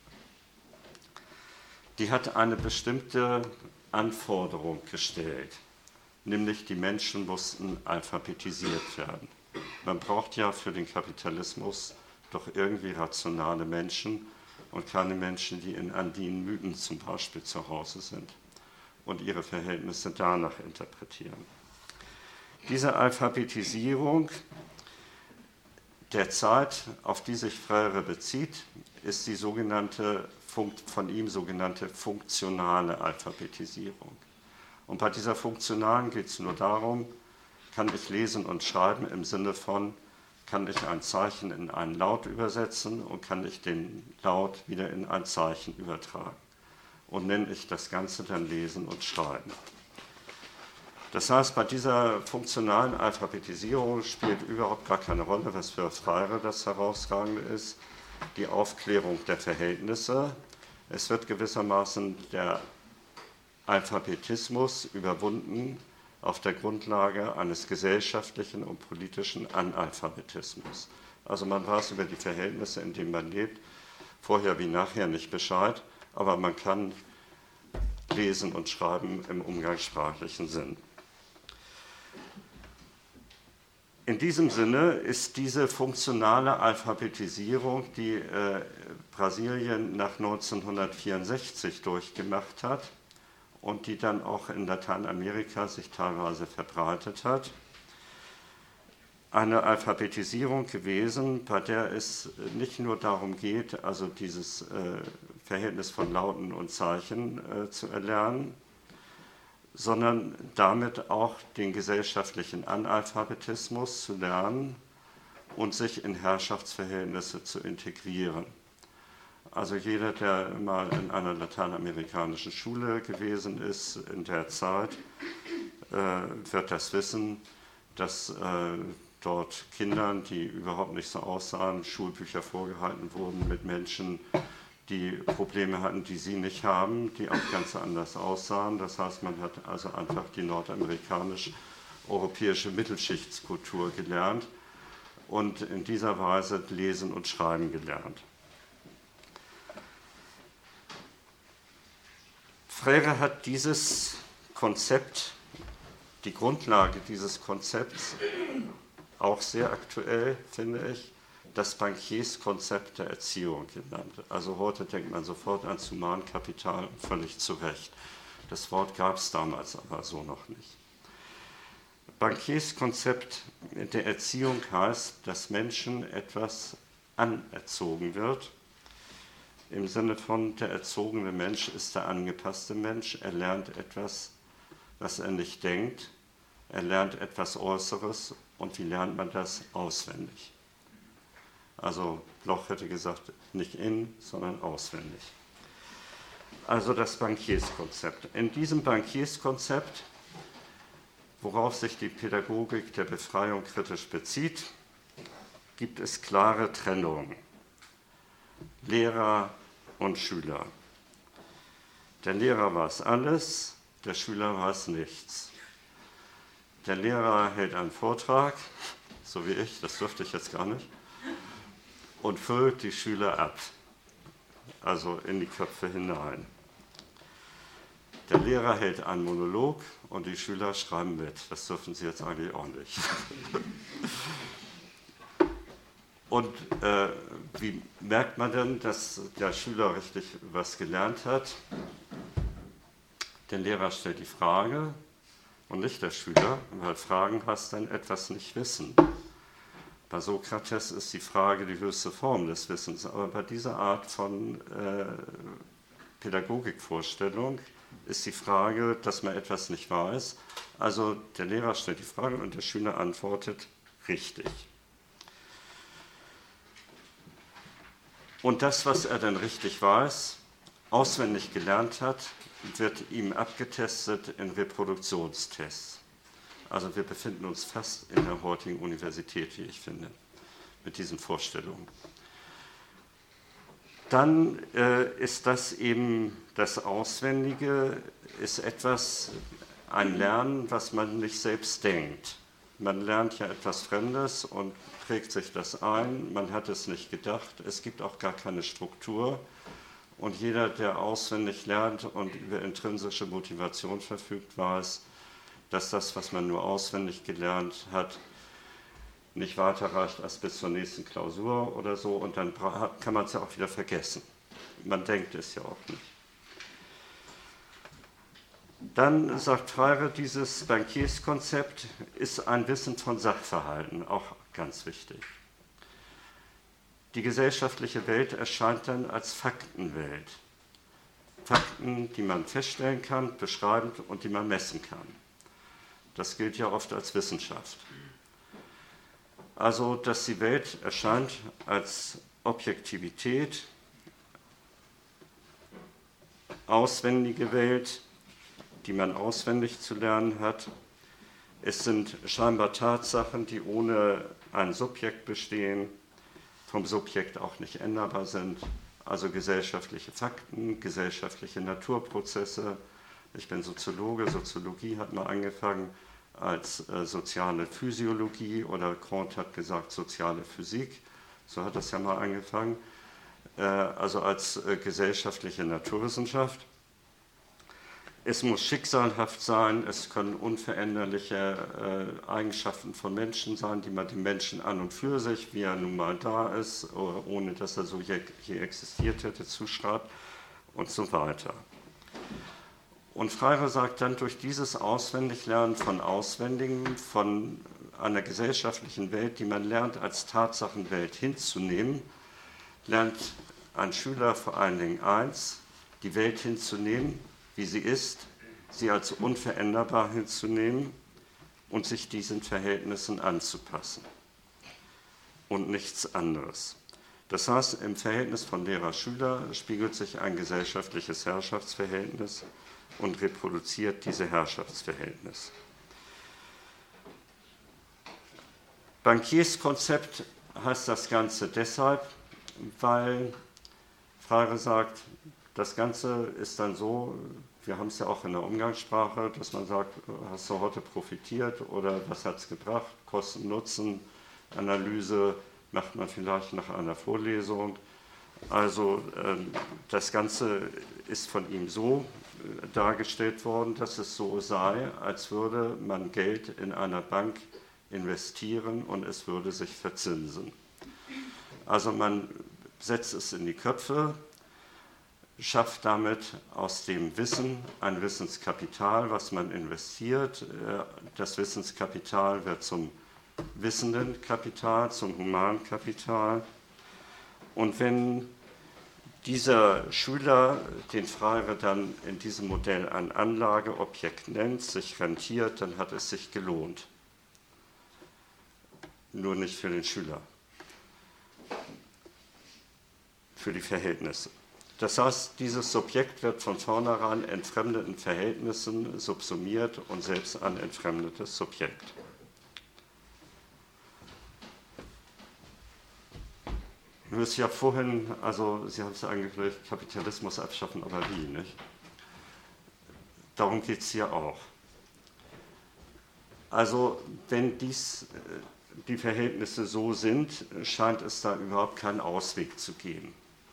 die hat eine bestimmte Anforderung gestellt, nämlich die Menschen mussten alphabetisiert werden. Man braucht ja für den Kapitalismus doch irgendwie rationale Menschen und keine Menschen, die in andinen Mythen zum Beispiel zu Hause sind und ihre Verhältnisse danach interpretieren. Diese Alphabetisierung der Zeit, auf die sich Freire bezieht, ist die von ihm sogenannte funktionale Alphabetisierung. Und bei dieser funktionalen geht es nur darum, kann ich lesen und schreiben im Sinne von, kann ich ein Zeichen in einen Laut übersetzen und kann ich den Laut wieder in ein Zeichen übertragen. Und nenne ich das Ganze dann Lesen und Schreiben. Das heißt, bei dieser funktionalen Alphabetisierung spielt überhaupt gar keine Rolle, was für Freire das Herausragende ist, die Aufklärung der Verhältnisse. Es wird gewissermaßen der Alphabetismus überwunden auf der Grundlage eines gesellschaftlichen und politischen Analphabetismus. Also man weiß über die Verhältnisse, in denen man lebt, vorher wie nachher nicht Bescheid, aber man kann lesen und schreiben im umgangssprachlichen Sinn. In diesem Sinne ist diese funktionale Alphabetisierung, die Brasilien nach 1964 durchgemacht hat und die dann auch in Lateinamerika sich teilweise verbreitet hat, eine Alphabetisierung gewesen, bei der es nicht nur darum geht, also dieses Verhältnis von Lauten und Zeichen zu erlernen, sondern damit auch den gesellschaftlichen Analphabetismus zu lernen und sich in Herrschaftsverhältnisse zu integrieren. Also jeder, der mal in einer lateinamerikanischen Schule gewesen ist in der Zeit, wird das wissen, dass dort Kindern, die überhaupt nicht so aussahen, Schulbücher vorgehalten wurden mit Menschen, die Probleme hatten, die sie nicht haben, die auch ganz anders aussahen. Das heißt, man hat also einfach die nordamerikanisch-europäische Mittelschichtskultur gelernt und in dieser Weise lesen und schreiben gelernt. Freire hat dieses Konzept, die Grundlage dieses Konzepts, auch sehr aktuell, finde ich, das Bankierskonzept der Erziehung genannt. Also heute denkt man sofort an Humankapital, völlig zu Recht. Das Wort gab es damals aber so noch nicht. Bankierskonzept der Erziehung heißt, dass Menschen etwas anerzogen wird. Im Sinne von, der erzogene Mensch ist der angepasste Mensch. Er lernt etwas, was er nicht denkt. Er lernt etwas Äußeres. Und wie lernt man das? Auswendig. Also Bloch hätte gesagt, nicht in, sondern auswendig. Also das Bankierskonzept. In diesem Bankierskonzept worauf sich die Pädagogik der Befreiung kritisch bezieht, gibt es klare Trennungen. Lehrer und Schüler. Der Lehrer weiß alles, der Schüler weiß nichts. Der Lehrer hält einen Vortrag, so wie ich, das dürfte ich jetzt gar nicht, und füllt die Schüler ab, also in die Köpfe hinein. Der Lehrer hält einen Monolog und die Schüler schreiben mit. Das dürfen sie jetzt eigentlich auch nicht. Und wie merkt man denn, dass der Schüler richtig was gelernt hat? Der Lehrer stellt die Frage und nicht der Schüler, weil Fragen heißt dann etwas nicht wissen. Bei Sokrates ist die Frage die höchste Form des Wissens, aber bei dieser Art von Pädagogikvorstellung ist die Frage, dass man etwas nicht weiß. Also der Lehrer stellt die Frage und der Schüler antwortet richtig. Und das, was er dann richtig weiß, auswendig gelernt hat, wird ihm abgetestet in Reproduktionstests. Also wir befinden uns fast in der heutigen Universität, wie ich finde, mit diesen Vorstellungen. Dann ist das eben das Auswendige, ist etwas, ein Lernen, was man nicht selbst denkt. Man lernt ja etwas Fremdes und prägt sich das ein, man hat es nicht gedacht, es gibt auch gar keine Struktur. Und jeder, der auswendig lernt und über intrinsische Motivation verfügt, weiß, dass das, was man nur auswendig gelernt hat, nicht weiterreicht als bis zur nächsten Klausur oder so. Und dann kann man es ja auch wieder vergessen. Man denkt es ja auch nicht. Dann sagt Freire, dieses Bankierskonzept ist ein Wissen von Sachverhalten, auch ganz wichtig. Die gesellschaftliche Welt erscheint dann als Faktenwelt. Fakten, die man feststellen kann, beschreiben und die man messen kann. Das gilt ja oft als Wissenschaft. Also, dass die Welt erscheint als Objektivität, auswendige Welt, die man auswendig zu lernen hat. Es sind scheinbar Tatsachen, die ohne ein Subjekt bestehen, vom Subjekt auch nicht änderbar sind, also gesellschaftliche Fakten, gesellschaftliche Naturprozesse. Ich bin Soziologe, Soziologie hat mal angefangen als soziale Physiologie oder Kant hat gesagt soziale Physik, so hat das ja mal angefangen, also als gesellschaftliche Naturwissenschaft. Es muss schicksalhaft sein, es können unveränderliche Eigenschaften von Menschen sein, die man dem Menschen an und für sich, wie er nun mal da ist, ohne dass er so hier existiert hätte, zuschreibt und so weiter. Und Freire sagt dann, durch dieses Auswendiglernen von Auswendigen, von einer gesellschaftlichen Welt, die man lernt, als Tatsachenwelt hinzunehmen, lernt ein Schüler vor allen Dingen eins, die Welt hinzunehmen, wie sie ist, sie als unveränderbar hinzunehmen und sich diesen Verhältnissen anzupassen und nichts anderes. Das heißt, im Verhältnis von Lehrer-Schüler spiegelt sich ein gesellschaftliches Herrschaftsverhältnis und reproduziert diese Herrschaftsverhältnis. Bankierskonzept heißt das Ganze deshalb, weil Freire sagt, das Ganze ist dann so, wir haben es ja auch in der Umgangssprache, dass man sagt, hast du heute profitiert oder was hat es gebracht, Kosten-Nutzen-Analyse macht man vielleicht nach einer Vorlesung. Also das Ganze ist von ihm so dargestellt worden, dass es so sei, als würde man Geld in einer Bank investieren und es würde sich verzinsen. Also man setzt es in die Köpfe, schafft damit aus dem Wissen ein Wissenskapital, was man investiert. Das Wissenskapital wird zum wissenden Kapital, zum humanen Kapital. Und wenn dieser Schüler, den Freire dann in diesem Modell ein Anlageobjekt nennt, sich rentiert, dann hat es sich gelohnt. Nur nicht für den Schüler, für die Verhältnisse. Das heißt, dieses Subjekt wird von vornherein entfremdeten Verhältnissen subsumiert und selbst ein entfremdetes Subjekt. Du hast ja vorhin, also Sie haben es ja angekündigt, Kapitalismus abschaffen, aber wie, nicht? Darum geht es hier auch. Also, wenn die Verhältnisse so sind, scheint es da überhaupt keinen Ausweg zu geben.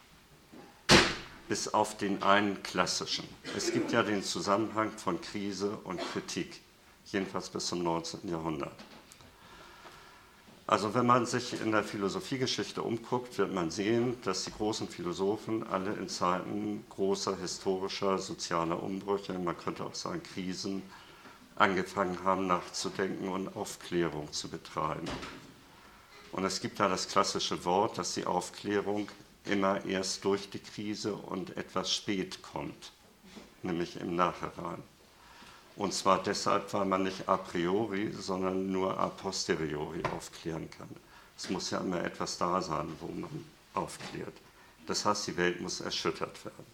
Bis auf den einen klassischen. Es gibt ja den Zusammenhang von Krise und Kritik, jedenfalls bis zum 19. Jahrhundert. Also wenn man sich in der Philosophiegeschichte umguckt, wird man sehen, dass die großen Philosophen alle in Zeiten großer historischer, sozialer Umbrüche, man könnte auch sagen Krisen, angefangen haben nachzudenken und Aufklärung zu betreiben. Und es gibt da das klassische Wort, dass die Aufklärung immer erst durch die Krise und etwas spät kommt, nämlich im Nachhinein. Und zwar deshalb, weil man nicht a priori, sondern nur a posteriori aufklären kann. Es muss ja immer etwas da sein, wo man aufklärt. Das heißt, die Welt muss erschüttert werden.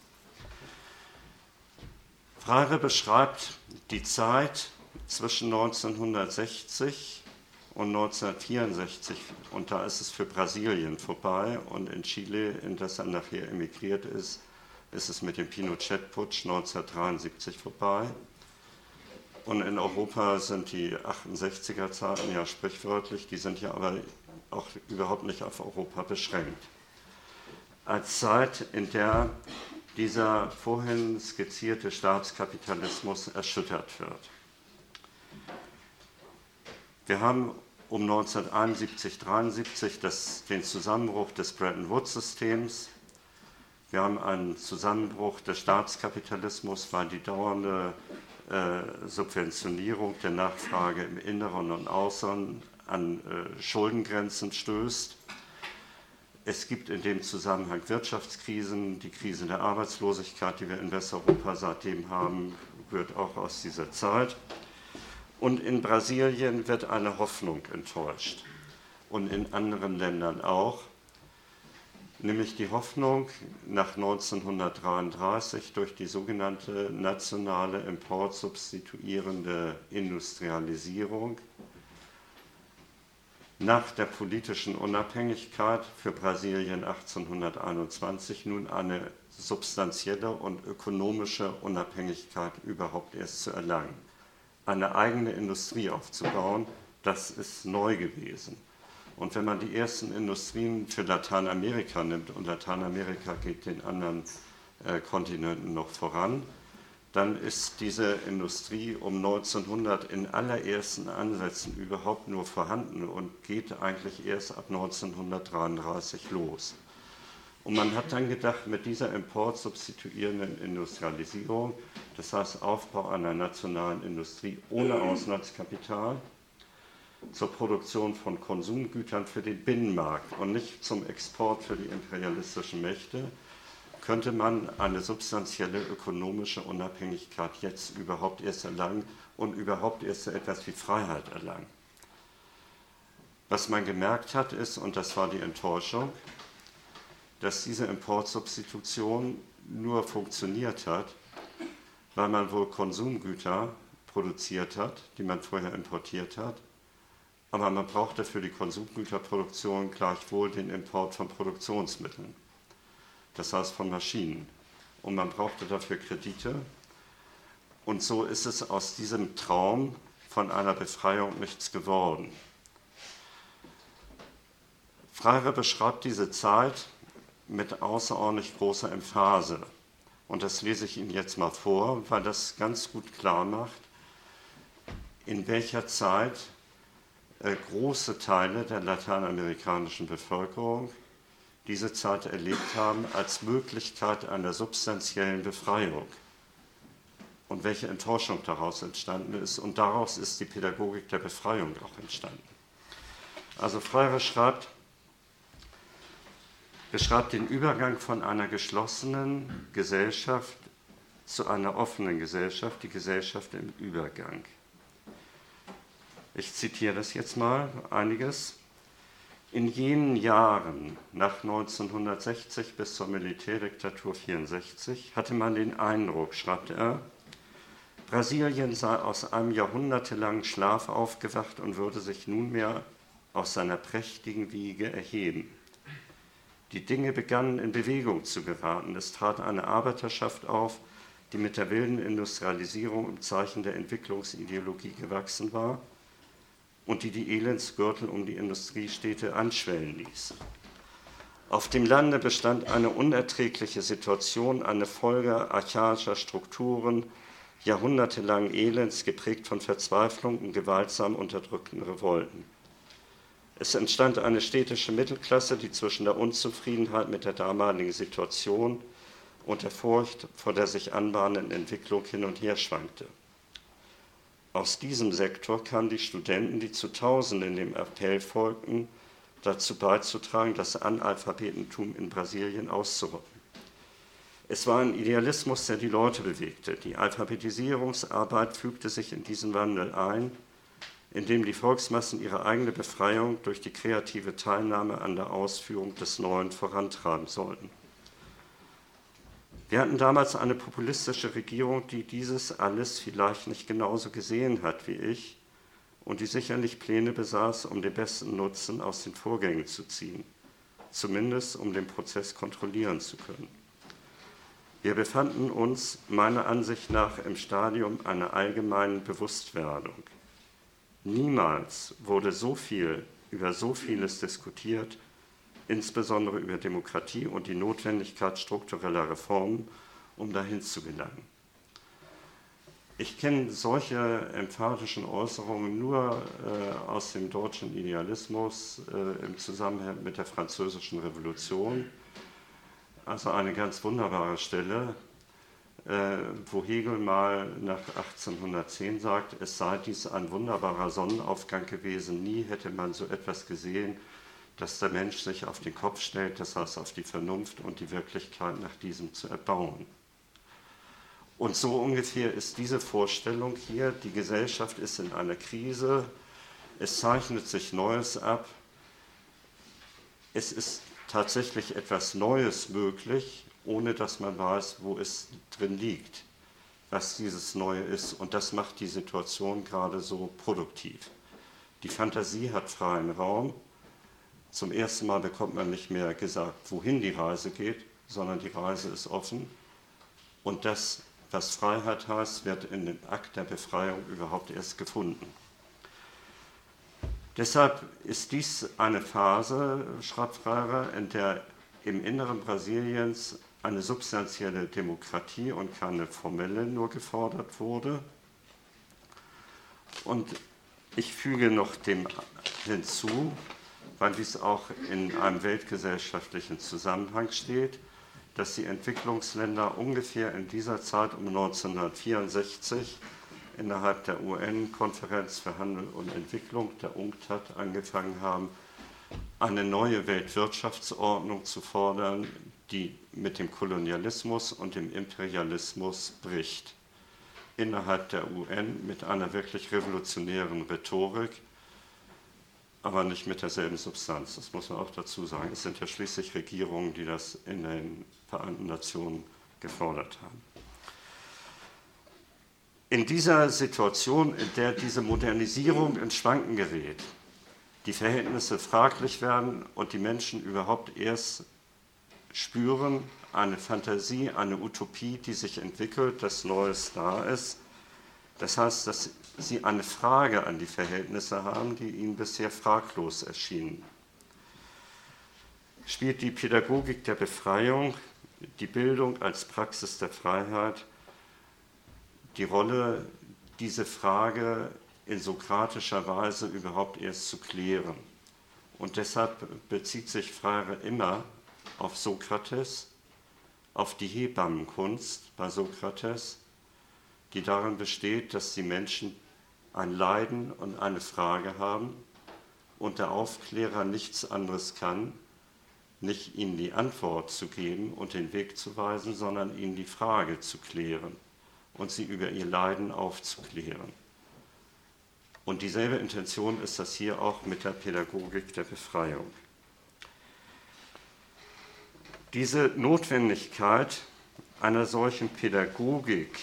Freire beschreibt die Zeit zwischen 1960 und 1964, und da ist es für Brasilien vorbei, und in Chile, in das er nachher emigriert ist es mit dem Pinochet-Putsch 1973 vorbei. Und in Europa sind die 68er-Zeiten ja sprichwörtlich, die sind ja aber auch überhaupt nicht auf Europa beschränkt. Als Zeit, in der dieser vorhin skizzierte Staatskapitalismus erschüttert wird. Wir haben um 1971, 1973 den Zusammenbruch des Bretton-Woods-Systems. Wir haben einen Zusammenbruch des Staatskapitalismus, weil die dauernde Subventionierung der Nachfrage im Inneren und Außen an Schuldengrenzen stößt. Es gibt in dem Zusammenhang Wirtschaftskrisen, die Krise der Arbeitslosigkeit, die wir in Westeuropa seitdem haben, rührt auch aus dieser Zeit. Und in Brasilien wird eine Hoffnung enttäuscht und in anderen Ländern auch, nämlich die Hoffnung nach 1933 durch die sogenannte nationale importsubstituierende Industrialisierung nach der politischen Unabhängigkeit für Brasilien 1821 nun eine substanzielle und ökonomische Unabhängigkeit überhaupt erst zu erlangen. Eine eigene Industrie aufzubauen, das ist neu gewesen. Und wenn man die ersten Industrien für Lateinamerika nimmt, und Lateinamerika geht den anderen Kontinenten noch voran, dann ist diese Industrie um 1900 in allerersten Ansätzen überhaupt nur vorhanden und geht eigentlich erst ab 1933 los. Und man hat dann gedacht, mit dieser importsubstituierenden Industrialisierung, das heißt Aufbau einer nationalen Industrie ohne Auslandskapital, zur Produktion von Konsumgütern für den Binnenmarkt und nicht zum Export für die imperialistischen Mächte, könnte man eine substanzielle ökonomische Unabhängigkeit jetzt überhaupt erst erlangen und überhaupt erst etwas wie Freiheit erlangen. Was man gemerkt hat ist, und das war die Enttäuschung, dass diese Importsubstitution nur funktioniert hat, weil man wohl Konsumgüter produziert hat, die man vorher importiert hat, aber man brauchte für die Konsumgüterproduktion gleichwohl den Import von Produktionsmitteln, das heißt von Maschinen. Und man brauchte dafür Kredite. Und so ist es aus diesem Traum von einer Befreiung nichts geworden. Freire beschreibt diese Zeit mit außerordentlich großer Emphase. Und das lese ich Ihnen jetzt mal vor, weil das ganz gut klar macht, in welcher Zeit große Teile der lateinamerikanischen Bevölkerung diese Zeit erlebt haben als Möglichkeit einer substanziellen Befreiung und welche Enttäuschung daraus entstanden ist. Und daraus ist die Pädagogik der Befreiung auch entstanden. Also Freire beschreibt den Übergang von einer geschlossenen Gesellschaft zu einer offenen Gesellschaft, die Gesellschaft im Übergang. Ich zitiere das jetzt mal einiges. In jenen Jahren, nach 1960 bis zur Militärdiktatur 1964, hatte man den Eindruck, schreibt er, Brasilien sei aus einem jahrhundertelangen Schlaf aufgewacht und würde sich nunmehr aus seiner prächtigen Wiege erheben. Die Dinge begannen in Bewegung zu geraten. Es trat eine Arbeiterschaft auf, die mit der wilden Industrialisierung im Zeichen der Entwicklungsideologie gewachsen war und die Elendsgürtel um die Industriestädte anschwellen ließ. Auf dem Lande bestand eine unerträgliche Situation, eine Folge archaischer Strukturen, jahrhundertelangen Elends, geprägt von Verzweiflung und gewaltsam unterdrückten Revolten. Es entstand eine städtische Mittelklasse, die zwischen der Unzufriedenheit mit der damaligen Situation und der Furcht vor der sich anbahnenden Entwicklung hin und her schwankte. Aus diesem Sektor kamen die Studenten, die zu Tausenden dem Appell folgten, dazu beizutragen, das Analphabetentum in Brasilien auszurotten. Es war ein Idealismus, der die Leute bewegte. Die Alphabetisierungsarbeit fügte sich in diesen Wandel ein, indem die Volksmassen ihre eigene Befreiung durch die kreative Teilnahme an der Ausführung des Neuen vorantreiben sollten. Wir hatten damals eine populistische Regierung, die dieses alles vielleicht nicht genauso gesehen hat wie ich und die sicherlich Pläne besaß, um den besten Nutzen aus den Vorgängen zu ziehen, zumindest um den Prozess kontrollieren zu können. Wir befanden uns meiner Ansicht nach im Stadium einer allgemeinen Bewusstwerdung. Niemals wurde so viel über so vieles diskutiert, insbesondere über Demokratie und die Notwendigkeit struktureller Reformen, um dahin zu gelangen. Ich kenne solche emphatischen Äußerungen nur aus dem deutschen Idealismus im Zusammenhang mit der Französischen Revolution. Also eine ganz wunderbare Stelle, wo Hegel mal nach 1810 sagt, es sei dies ein wunderbarer Sonnenaufgang gewesen, nie hätte man so etwas gesehen, dass der Mensch sich auf den Kopf stellt, das heißt auf die Vernunft und die Wirklichkeit nach diesem zu erbauen. Und so ungefähr ist diese Vorstellung hier, die Gesellschaft ist in einer Krise, es zeichnet sich Neues ab, es ist tatsächlich etwas Neues möglich, ohne dass man weiß, wo es drin liegt, was dieses Neue ist. Und das macht die Situation gerade so produktiv. Die Fantasie hat freien Raum. Zum ersten Mal bekommt man nicht mehr gesagt, wohin die Reise geht, sondern die Reise ist offen. Und das, was Freiheit heißt, wird in dem Akt der Befreiung überhaupt erst gefunden. Deshalb ist dies eine Phase, schreibt Freire, in der im Inneren Brasiliens eine substanzielle Demokratie und keine formelle nur gefordert wurde. Und ich füge noch dem hinzu, weil dies auch in einem weltgesellschaftlichen Zusammenhang steht, dass die Entwicklungsländer ungefähr in dieser Zeit um 1964 innerhalb der UN-Konferenz für Handel und Entwicklung, der UNCTAD, angefangen haben, eine neue Weltwirtschaftsordnung zu fordern, die mit dem Kolonialismus und dem Imperialismus bricht. Innerhalb der UN mit einer wirklich revolutionären Rhetorik, aber nicht mit derselben Substanz. Das muss man auch dazu sagen. Es sind ja schließlich Regierungen, die das in den Vereinten Nationen gefordert haben. In dieser Situation, in der diese Modernisierung ins Schwanken gerät, die Verhältnisse fraglich werden und die Menschen überhaupt erst spüren, eine Fantasie, eine Utopie, die sich entwickelt, dass Neues da ist. Das heißt, dass sie eine Frage an die Verhältnisse haben, die ihnen bisher fraglos erschienen. Spielt die Pädagogik der Befreiung, die Bildung als Praxis der Freiheit, die Rolle, diese Frage in sokratischer Weise überhaupt erst zu klären. Und deshalb bezieht sich Freire immer auf Sokrates, auf die Hebammenkunst bei Sokrates, die darin besteht, dass die Menschen ein Leiden und eine Frage haben und der Aufklärer nichts anderes kann, nicht ihnen die Antwort zu geben und den Weg zu weisen, sondern ihnen die Frage zu klären und sie über ihr Leiden aufzuklären. Und dieselbe Intention ist das hier auch mit der Pädagogik der Befreiung. Diese Notwendigkeit einer solchen Pädagogik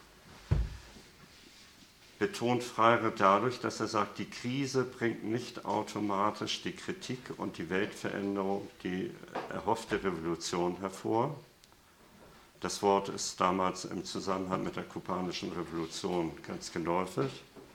betont Freire dadurch, dass er sagt, die Krise bringt nicht automatisch die Kritik und die Weltveränderung, die erhoffte Revolution hervor. Das Wort ist damals im Zusammenhang mit der kubanischen Revolution ganz geläufig.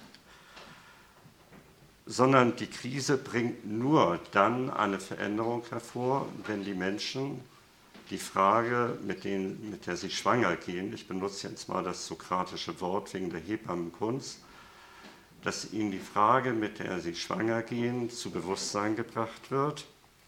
Sondern die Krise bringt nur dann eine Veränderung hervor, wenn die Menschen die Frage, mit der sie schwanger gehen, ich benutze jetzt mal das sokratische Wort wegen der Hebammenkunst, dass ihnen die Frage, mit der sie schwanger gehen, zu Bewusstsein gebracht wird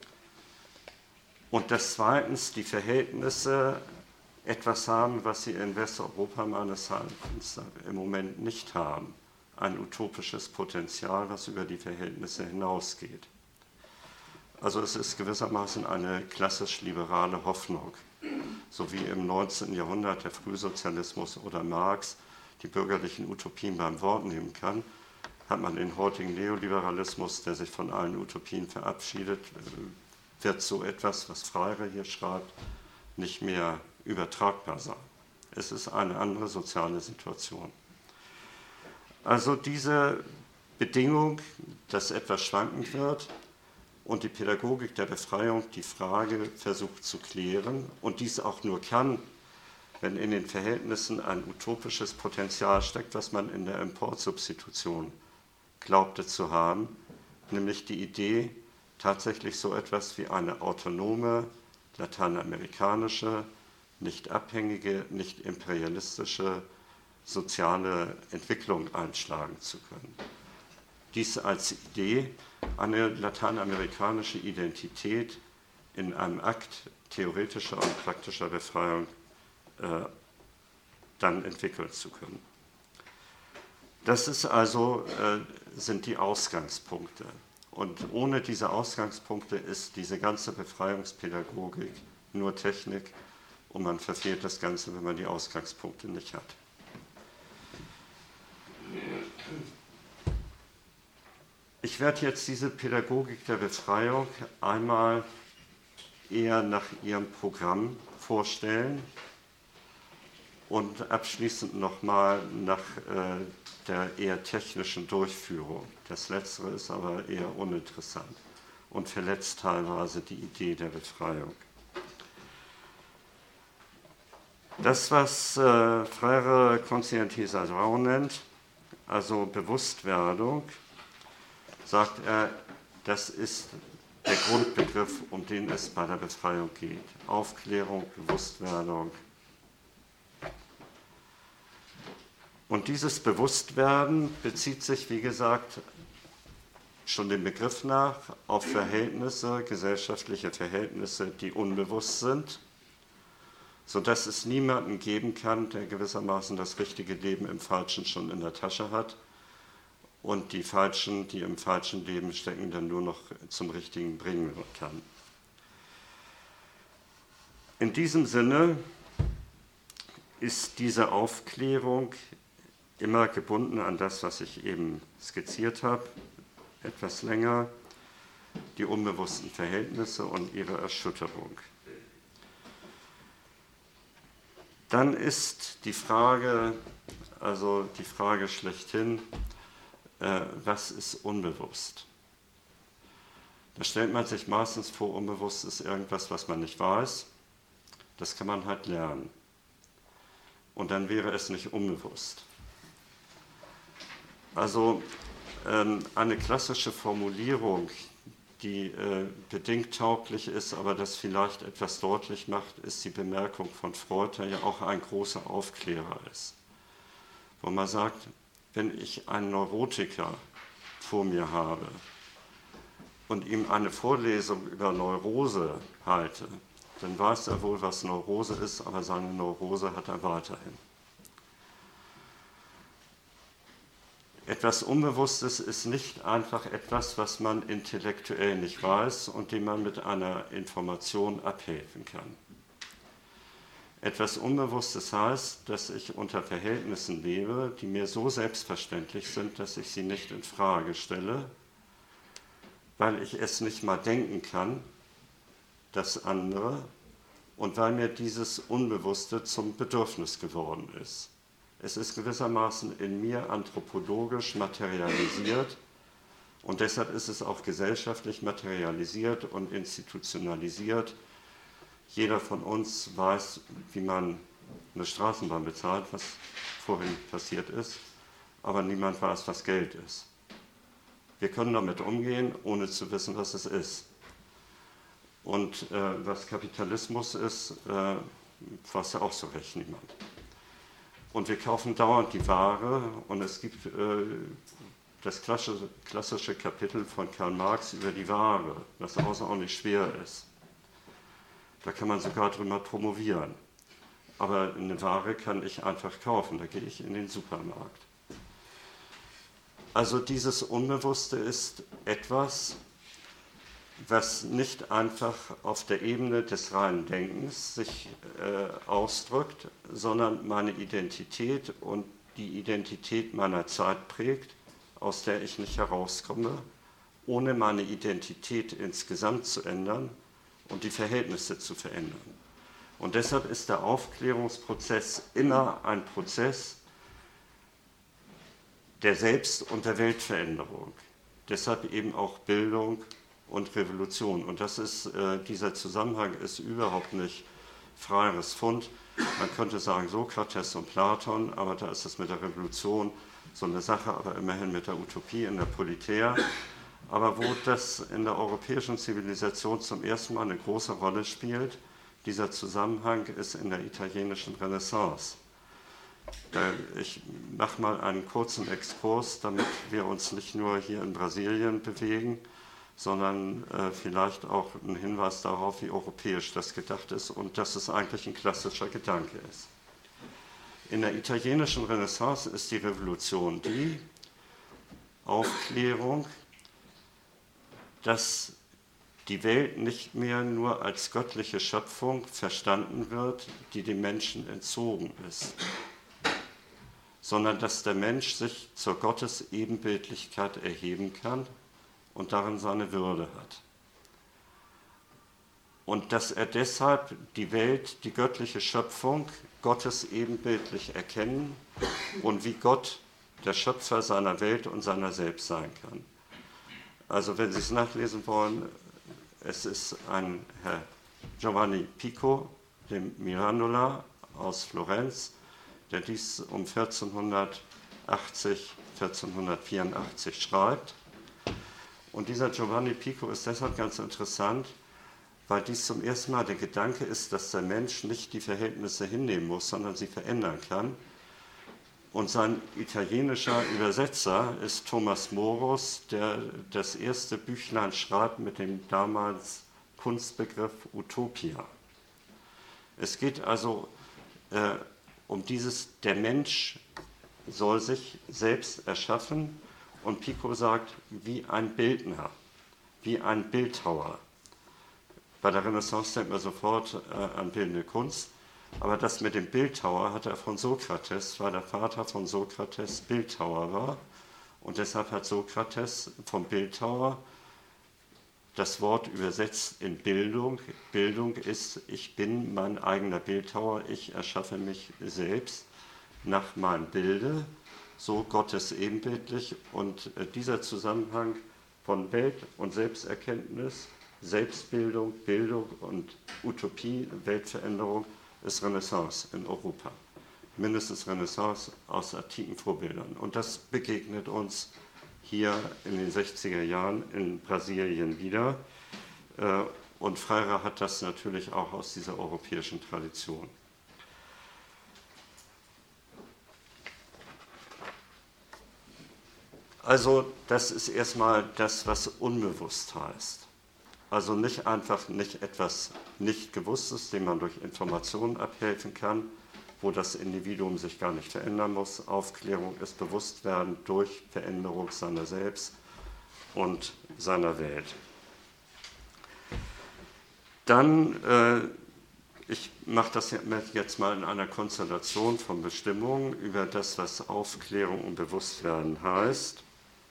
und dass zweitens die Verhältnisse etwas haben, was sie in Westeuropa meines Erachtens im Moment nicht haben. Ein utopisches Potenzial, was über die Verhältnisse hinausgeht. Also es ist gewissermaßen eine klassisch-liberale Hoffnung, so wie im 19. Jahrhundert der Frühsozialismus oder Marx die bürgerlichen Utopien beim Wort nehmen kann, hat man den heutigen Neoliberalismus, der sich von allen Utopien verabschiedet, wird so etwas, was Freire hier schreibt, nicht mehr übertragbar sein. Es ist eine andere soziale Situation. Also diese Bedingung, dass etwas schwankend wird und die Pädagogik der Befreiung die Frage versucht zu klären und dies auch nur kann, wenn in den Verhältnissen ein utopisches Potenzial steckt, was man in der Importsubstitution glaubte zu haben, nämlich die Idee, tatsächlich so etwas wie eine autonome, lateinamerikanische, nicht abhängige, nicht imperialistische soziale Entwicklung einschlagen zu können. Dies als Idee, eine lateinamerikanische Identität in einem Akt theoretischer und praktischer Befreiung dann entwickeln zu können. Das ist also, sind die Ausgangspunkte. Und ohne diese Ausgangspunkte ist diese ganze Befreiungspädagogik nur Technik und man verfehlt das Ganze, wenn man die Ausgangspunkte nicht hat. Ich werde jetzt diese Pädagogik der Befreiung einmal eher nach ihrem Programm vorstellen und abschließend nochmal nach der eher technischen Durchführung. Das Letztere ist aber eher uninteressant und verletzt teilweise die Idee der Befreiung. Das, was Freire Conscientisation nennt, also Bewusstwerdung, sagt er, das ist der Grundbegriff, um den es bei der Befreiung geht. Aufklärung, Bewusstwerdung. Und dieses Bewusstwerden bezieht sich, wie gesagt, schon dem Begriff nach auf Verhältnisse, gesellschaftliche Verhältnisse, die unbewusst sind, sodass es niemanden geben kann, der gewissermaßen das richtige Leben im Falschen schon in der Tasche hat und die Falschen, die im falschen Leben stecken, dann nur noch zum Richtigen bringen kann. In diesem Sinne ist diese Aufklärung immer gebunden an das, was ich eben skizziert habe, etwas länger, die unbewussten Verhältnisse und ihre Erschütterung. Dann ist die Frage, also die Frage schlechthin, was ist unbewusst? Da stellt man sich meistens vor, unbewusst ist irgendwas, was man nicht weiß. Das kann man halt lernen. Und dann wäre es nicht unbewusst. Also eine klassische Formulierung, die bedingt tauglich ist, aber das vielleicht etwas deutlich macht, ist die Bemerkung von Freud, der ja auch ein großer Aufklärer ist. Wo man sagt, wenn ich einen Neurotiker vor mir habe und ihm eine Vorlesung über Neurose halte, dann weiß er wohl, was Neurose ist, aber seine Neurose hat er weiterhin. Etwas Unbewusstes ist nicht einfach etwas, was man intellektuell nicht weiß und dem man mit einer Information abhelfen kann. Etwas Unbewusstes heißt, dass ich unter Verhältnissen lebe, die mir so selbstverständlich sind, dass ich sie nicht in Frage stelle, weil ich es nicht mal denken kann, das andere, und weil mir dieses Unbewusste zum Bedürfnis geworden ist. Es ist gewissermaßen in mir anthropologisch materialisiert und deshalb ist es auch gesellschaftlich materialisiert und institutionalisiert. Jeder von uns weiß, wie man eine Straßenbahn bezahlt, was vorhin passiert ist, aber niemand weiß, was Geld ist. Wir können damit umgehen, ohne zu wissen, was es ist. Und was Kapitalismus ist, weiß ja auch so recht niemand. Und wir kaufen dauernd die Ware und es gibt das klassische Kapitel von Karl Marx über die Ware, das außerordentlich schwer ist. Da kann man sogar drüber promovieren. Aber eine Ware kann ich einfach kaufen, da gehe ich in den Supermarkt. Also dieses Unbewusste ist etwas, was nicht einfach auf der Ebene des reinen Denkens sich ausdrückt, sondern meine Identität und die Identität meiner Zeit prägt, aus der ich nicht herauskomme, ohne meine Identität insgesamt zu ändern und die Verhältnisse zu verändern. Und deshalb ist der Aufklärungsprozess immer ein Prozess der Selbst- und der Weltveränderung. Deshalb eben auch Bildung und Revolution. Und das ist, dieser Zusammenhang ist überhaupt nicht freieres Fund. Man könnte sagen Sokrates und Platon, aber da ist es mit der Revolution so eine Sache, aber immerhin mit der Utopie in der Politeia. Aber wo das in der europäischen Zivilisation zum ersten Mal eine große Rolle spielt, dieser Zusammenhang ist in der italienischen Renaissance. Ich mache mal einen kurzen Exkurs, damit wir uns nicht nur hier in Brasilien bewegen, sondern vielleicht auch einen Hinweis darauf, wie europäisch das gedacht ist und dass es eigentlich ein klassischer Gedanke ist. In der italienischen Renaissance ist die Revolution die Aufklärung, dass die Welt nicht mehr nur als göttliche Schöpfung verstanden wird, die dem Menschen entzogen ist, sondern dass der Mensch sich zur Gottesebenbildlichkeit erheben kann und darin seine Würde hat. Und dass er deshalb die Welt, die göttliche Schöpfung, Gottes ebenbildlich erkennen und wie Gott der Schöpfer seiner Welt und seiner selbst sein kann. Also wenn Sie es nachlesen wollen, es ist ein Herr Giovanni Pico, dem Mirandola aus Florenz, der dies um 1484 schreibt. Und dieser Giovanni Pico ist deshalb ganz interessant, weil dies zum ersten Mal der Gedanke ist, dass der Mensch nicht die Verhältnisse hinnehmen muss, sondern sie verändern kann. Und sein italienischer Übersetzer ist Thomas Morus, der das erste Büchlein schreibt mit dem damals Kunstbegriff Utopia. Es geht also um dieses, der Mensch soll sich selbst erschaffen und Pico sagt, wie ein Bildner, wie ein Bildhauer. Bei der Renaissance denkt man sofort an bildende Kunst. Aber das mit dem Bildhauer hat er von Sokrates, weil der Vater von Sokrates Bildhauer war. Und deshalb hat Sokrates vom Bildhauer das Wort übersetzt in Bildung. Bildung ist, ich bin mein eigener Bildhauer, ich erschaffe mich selbst nach meinem Bilde, so Gottes ebenbildlich. Und dieser Zusammenhang von Welt- und Selbsterkenntnis, Selbstbildung, Bildung und Utopie, Weltveränderung, ist Renaissance in Europa. Mindestens Renaissance aus antiken Vorbildern. Und das begegnet uns hier in den 60er Jahren in Brasilien wieder. Und Freire hat das natürlich auch aus dieser europäischen Tradition. Also das ist erstmal das, was unbewusst heißt. Also nicht einfach nicht etwas nicht Gewusstes, dem man durch Informationen abhelfen kann, wo das Individuum sich gar nicht verändern muss. Aufklärung ist Bewusstwerden durch Veränderung seiner selbst und seiner Welt. Dann Ich mache das jetzt mal in einer Konstellation von Bestimmungen über das, was Aufklärung und Bewusstwerden heißt.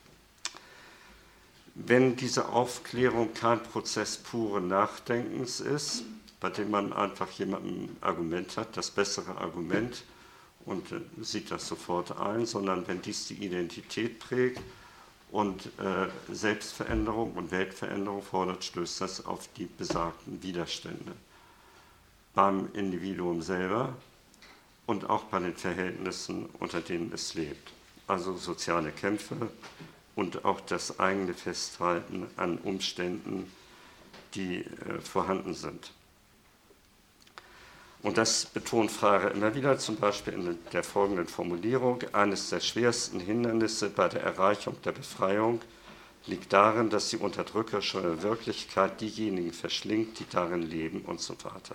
Wenn diese Aufklärung kein Prozess puren Nachdenkens ist, bei dem man einfach jemandem ein Argument hat, das bessere Argument, und sieht das sofort ein, sondern wenn dies die Identität prägt und Selbstveränderung und Weltveränderung fordert, stößt das auf die besagten Widerstände beim Individuum selber und auch bei den Verhältnissen, unter denen es lebt. Also soziale Kämpfe und auch das eigene Festhalten an Umständen, die vorhanden sind. Und das betont Freire immer wieder, zum Beispiel in der folgenden Formulierung: Eines der schwersten Hindernisse bei der Erreichung der Befreiung liegt darin, dass die unterdrückerische Wirklichkeit diejenigen verschlingt, die darin leben und so weiter.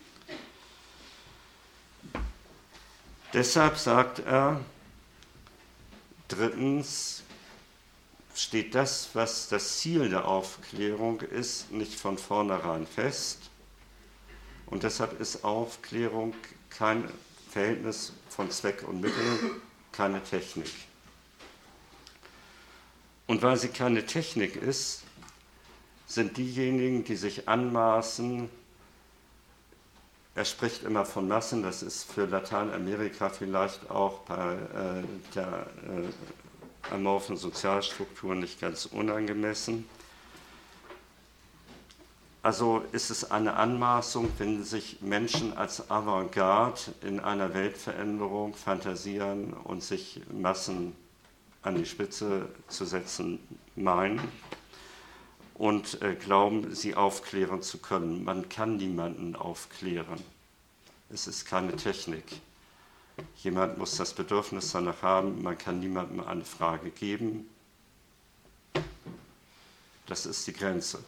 Deshalb sagt er, drittens, steht das, was das Ziel der Aufklärung ist, nicht von vornherein fest. Und deshalb ist Aufklärung kein Verhältnis von Zweck und Mittel, keine Technik. Und weil sie keine Technik ist, sind diejenigen, die sich anmaßen, er spricht immer von Massen, das ist für Lateinamerika vielleicht auch bei der amorphen Sozialstruktur nicht ganz unangemessen. Also ist es eine Anmaßung, wenn sich Menschen als Avantgarde in einer Weltveränderung fantasieren und sich Massen an die Spitze zu setzen meinen und glauben, sie aufklären zu können. Man kann niemanden aufklären. Es ist keine Technik. Jemand muss das Bedürfnis danach haben, man kann niemandem eine Frage geben. Das ist die Grenze.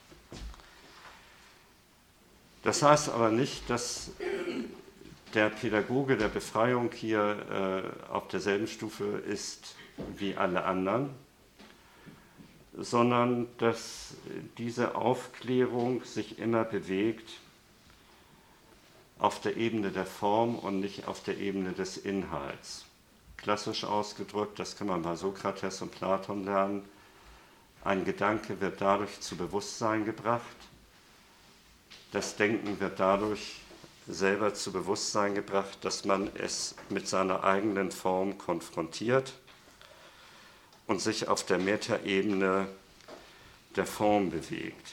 Das heißt aber nicht, dass der Pädagoge der Befreiung hier auf derselben Stufe ist wie alle anderen, sondern dass diese Aufklärung sich immer bewegt auf der Ebene der Form und nicht auf der Ebene des Inhalts. Klassisch ausgedrückt, das kann man bei Sokrates und Platon lernen, ein Gedanke wird dadurch zu Bewusstsein gebracht, das Denken wird dadurch selber zu Bewusstsein gebracht, dass man es mit seiner eigenen Form konfrontiert und sich auf der Metaebene der Form bewegt.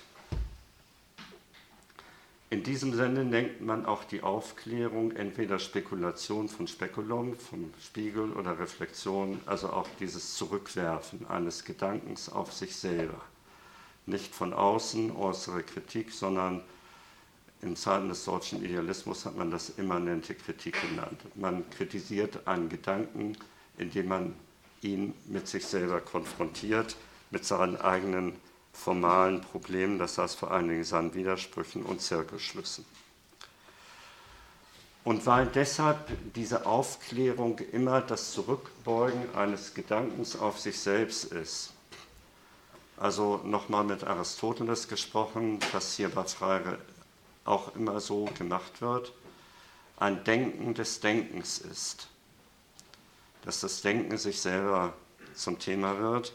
In diesem Sinne nennt man auch die Aufklärung entweder Spekulation von Spekulum, vom Spiegel oder Reflexion, also auch dieses Zurückwerfen eines Gedankens auf sich selber. Nicht von außen äußere Kritik, sondern in Zeiten des deutschen Idealismus hat man das immanente Kritik genannt. Man kritisiert einen Gedanken, indem man ihn mit sich selber konfrontiert, mit seinen eigenen formalen Problemen, das heißt vor allen Dingen seinen Widersprüchen und Zirkelschlüssen. Und weil deshalb diese Aufklärung immer das Zurückbeugen eines Gedankens auf sich selbst ist, also nochmal mit Aristoteles gesprochen, was hier bei Freire auch immer so gemacht wird, ein Denken des Denkens ist, dass das Denken sich selber zum Thema wird,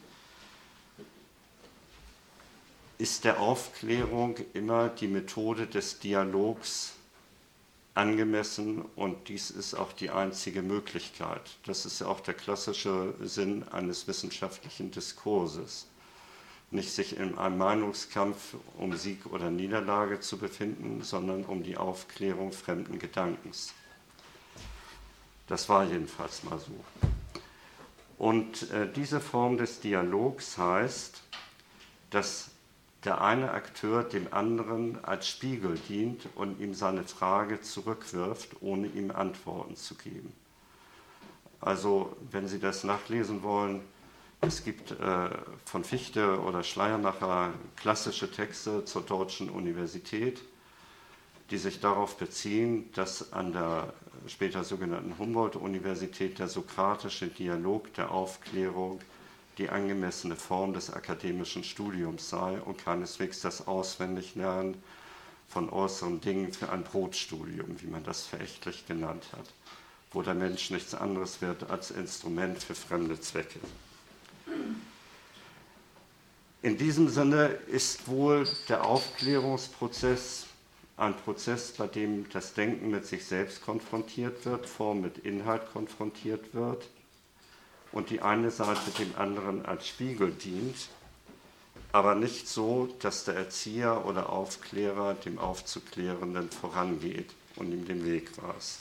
ist der Aufklärung immer die Methode des Dialogs angemessen und dies ist auch die einzige Möglichkeit. Das ist ja auch der klassische Sinn eines wissenschaftlichen Diskurses. Nicht sich in einem Meinungskampf um Sieg oder Niederlage zu befinden, sondern um die Aufklärung fremden Gedankens. Das war jedenfalls mal so. Und diese Form des Dialogs heißt, dass der eine Akteur dem anderen als Spiegel dient und ihm seine Frage zurückwirft, ohne ihm Antworten zu geben. Also, wenn Sie das nachlesen wollen, es gibt von Fichte oder Schleiermacher klassische Texte zur Deutschen Universität, die sich darauf beziehen, dass an der später sogenannten Humboldt-Universität der sokratische Dialog der Aufklärung die angemessene Form des akademischen Studiums sei und keineswegs das Auswendiglernen von äußeren Dingen für ein Brotstudium, wie man das verächtlich genannt hat, wo der Mensch nichts anderes wird als Instrument für fremde Zwecke. In diesem Sinne ist wohl der Aufklärungsprozess ein Prozess, bei dem das Denken mit sich selbst konfrontiert wird, Form mit Inhalt konfrontiert wird und die eine Seite dem anderen als Spiegel dient, aber nicht so, dass der Erzieher oder Aufklärer dem Aufzuklärenden vorangeht und ihm den Weg weist.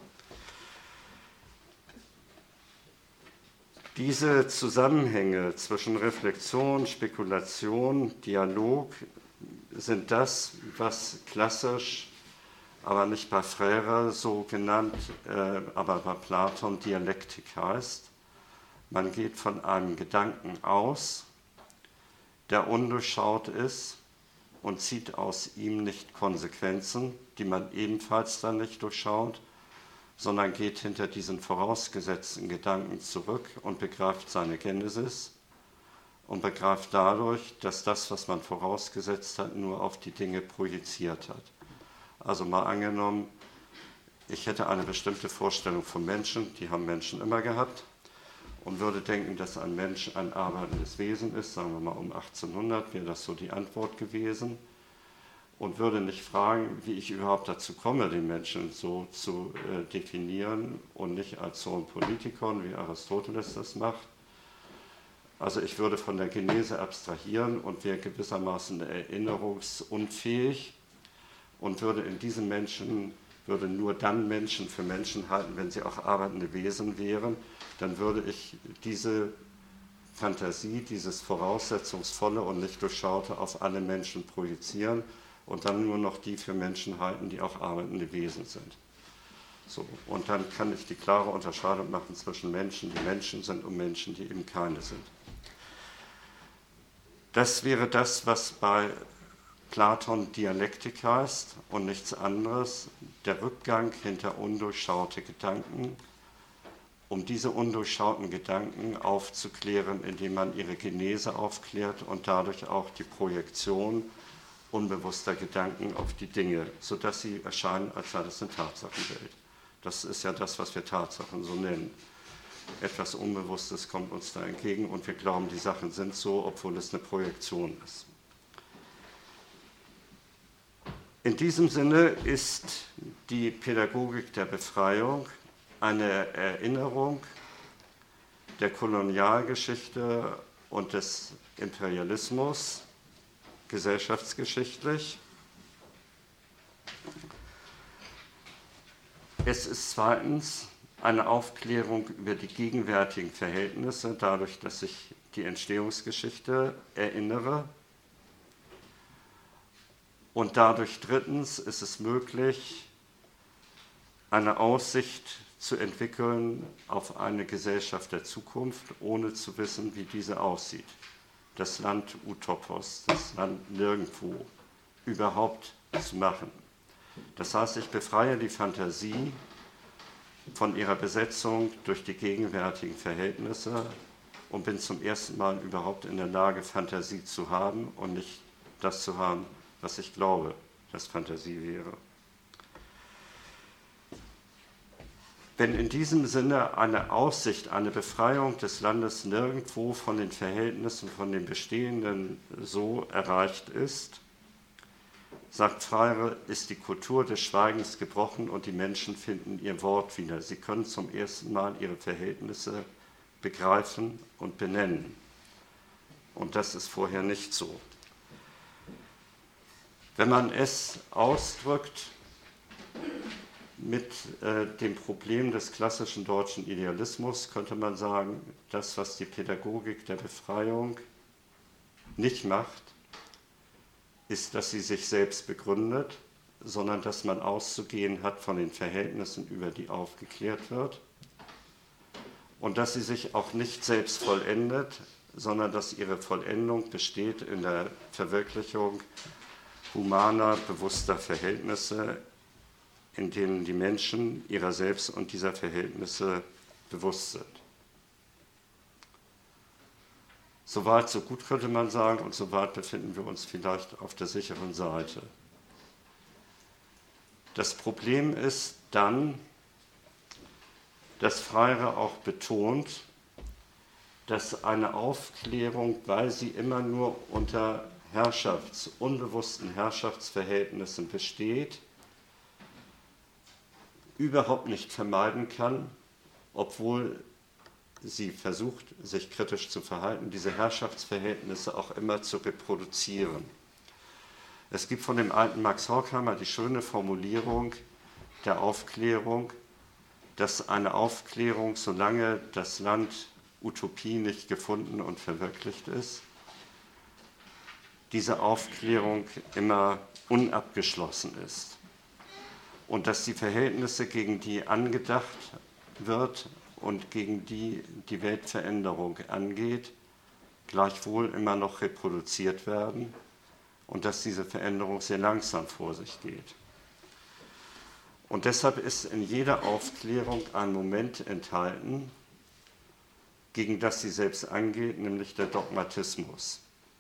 Diese Zusammenhänge zwischen Reflexion, Spekulation, Dialog sind das, was klassisch, aber nicht bei Freire so genannt, aber bei Platon Dialektik heißt. Man geht von einem Gedanken aus, der undurchschaut ist und zieht aus ihm nicht Konsequenzen, die man ebenfalls dann nicht durchschaut, sondern geht hinter diesen vorausgesetzten Gedanken zurück und begreift seine Genesis und begreift dadurch, dass das, was man vorausgesetzt hat, nur auf die Dinge projiziert hat. Also mal angenommen, ich hätte eine bestimmte Vorstellung von Menschen, die haben Menschen immer gehabt, und würde denken, dass ein Mensch ein arbeitendes Wesen ist, sagen wir mal um 1800 wäre das so die Antwort gewesen, und würde nicht fragen, wie ich überhaupt dazu komme, den Menschen so zu definieren und nicht als so ein Politikon, wie Aristoteles das macht. Also ich würde von der Genese abstrahieren und wäre gewissermaßen erinnerungsunfähig und würde in diesem Menschen, würde nur dann Menschen für Menschen halten, wenn sie auch arbeitende Wesen wären, dann würde ich diese Fantasie, dieses Voraussetzungsvolle und nicht durchschaute auf alle Menschen projizieren und dann nur noch die für Menschen halten, die auch arbeitende Wesen sind. So, und dann kann ich die klare Unterscheidung machen zwischen Menschen, die Menschen sind, und Menschen, die eben keine sind. Das wäre das, was bei Platon Dialektik heißt und nichts anderes, der Rückgang hinter undurchschaute Gedanken, um diese undurchschauten Gedanken aufzuklären, indem man ihre Genese aufklärt und dadurch auch die Projektion unbewusster Gedanken auf die Dinge, sodass sie erscheinen, als sei das eine Tatsachenwelt. Das ist ja das, was wir Tatsachen so nennen. Etwas Unbewusstes kommt uns da entgegen und wir glauben, die Sachen sind so, obwohl es eine Projektion ist. In diesem Sinne ist die Pädagogik der Befreiung eine Erinnerung der Kolonialgeschichte und des Imperialismus, gesellschaftsgeschichtlich. Es ist zweitens eine Aufklärung über die gegenwärtigen Verhältnisse, dadurch, dass ich die Entstehungsgeschichte erinnere. Und dadurch drittens ist es möglich, eine Aussicht zu entwickeln auf eine Gesellschaft der Zukunft, ohne zu wissen, wie diese aussieht. Das Land Utopos, das Land Nirgendwo, überhaupt zu machen. Das heißt, ich befreie die Fantasie von ihrer Besetzung durch die gegenwärtigen Verhältnisse und bin zum ersten Mal überhaupt in der Lage, Fantasie zu haben und nicht das zu haben, was ich glaube, dass Fantasie wäre. Wenn in diesem Sinne eine Aussicht, eine Befreiung des Landes nirgendwo von den Verhältnissen, von den Bestehenden so erreicht ist, sagt Freire, ist die Kultur des Schweigens gebrochen und die Menschen finden ihr Wort wieder. Sie können zum ersten Mal ihre Verhältnisse begreifen und benennen. Und das ist vorher nicht so. Wenn man es ausdrückt mit dem Problem des klassischen deutschen Idealismus, könnte man sagen, das, was die Pädagogik der Befreiung nicht macht, ist, dass sie sich selbst begründet, sondern dass man auszugehen hat von den Verhältnissen, über die aufgeklärt wird, und dass sie sich auch nicht selbst vollendet, sondern dass ihre Vollendung besteht in der Verwirklichung humaner, bewusster Verhältnisse, in denen die Menschen ihrer selbst und dieser Verhältnisse bewusst sind. Soweit, so gut könnte man sagen, und soweit befinden wir uns vielleicht auf der sicheren Seite. Das Problem ist dann, dass Freire auch betont, dass eine Aufklärung, weil sie immer nur unter unbewussten Herrschaftsverhältnissen besteht, überhaupt nicht vermeiden kann, obwohl sie versucht, sich kritisch zu verhalten, diese Herrschaftsverhältnisse auch immer zu reproduzieren. Es gibt von dem alten Max Horkheimer die schöne Formulierung der Aufklärung, dass eine Aufklärung, solange das Land Utopie nicht gefunden und verwirklicht ist, diese Aufklärung immer unabgeschlossen ist. Und dass die Verhältnisse, gegen die angedacht wird und gegen die die Weltveränderung angeht, gleichwohl immer noch reproduziert werden und dass diese Veränderung sehr langsam vor sich geht. Und deshalb ist in jeder Aufklärung ein Moment enthalten, gegen das sie selbst angeht, nämlich der Dogmatismus.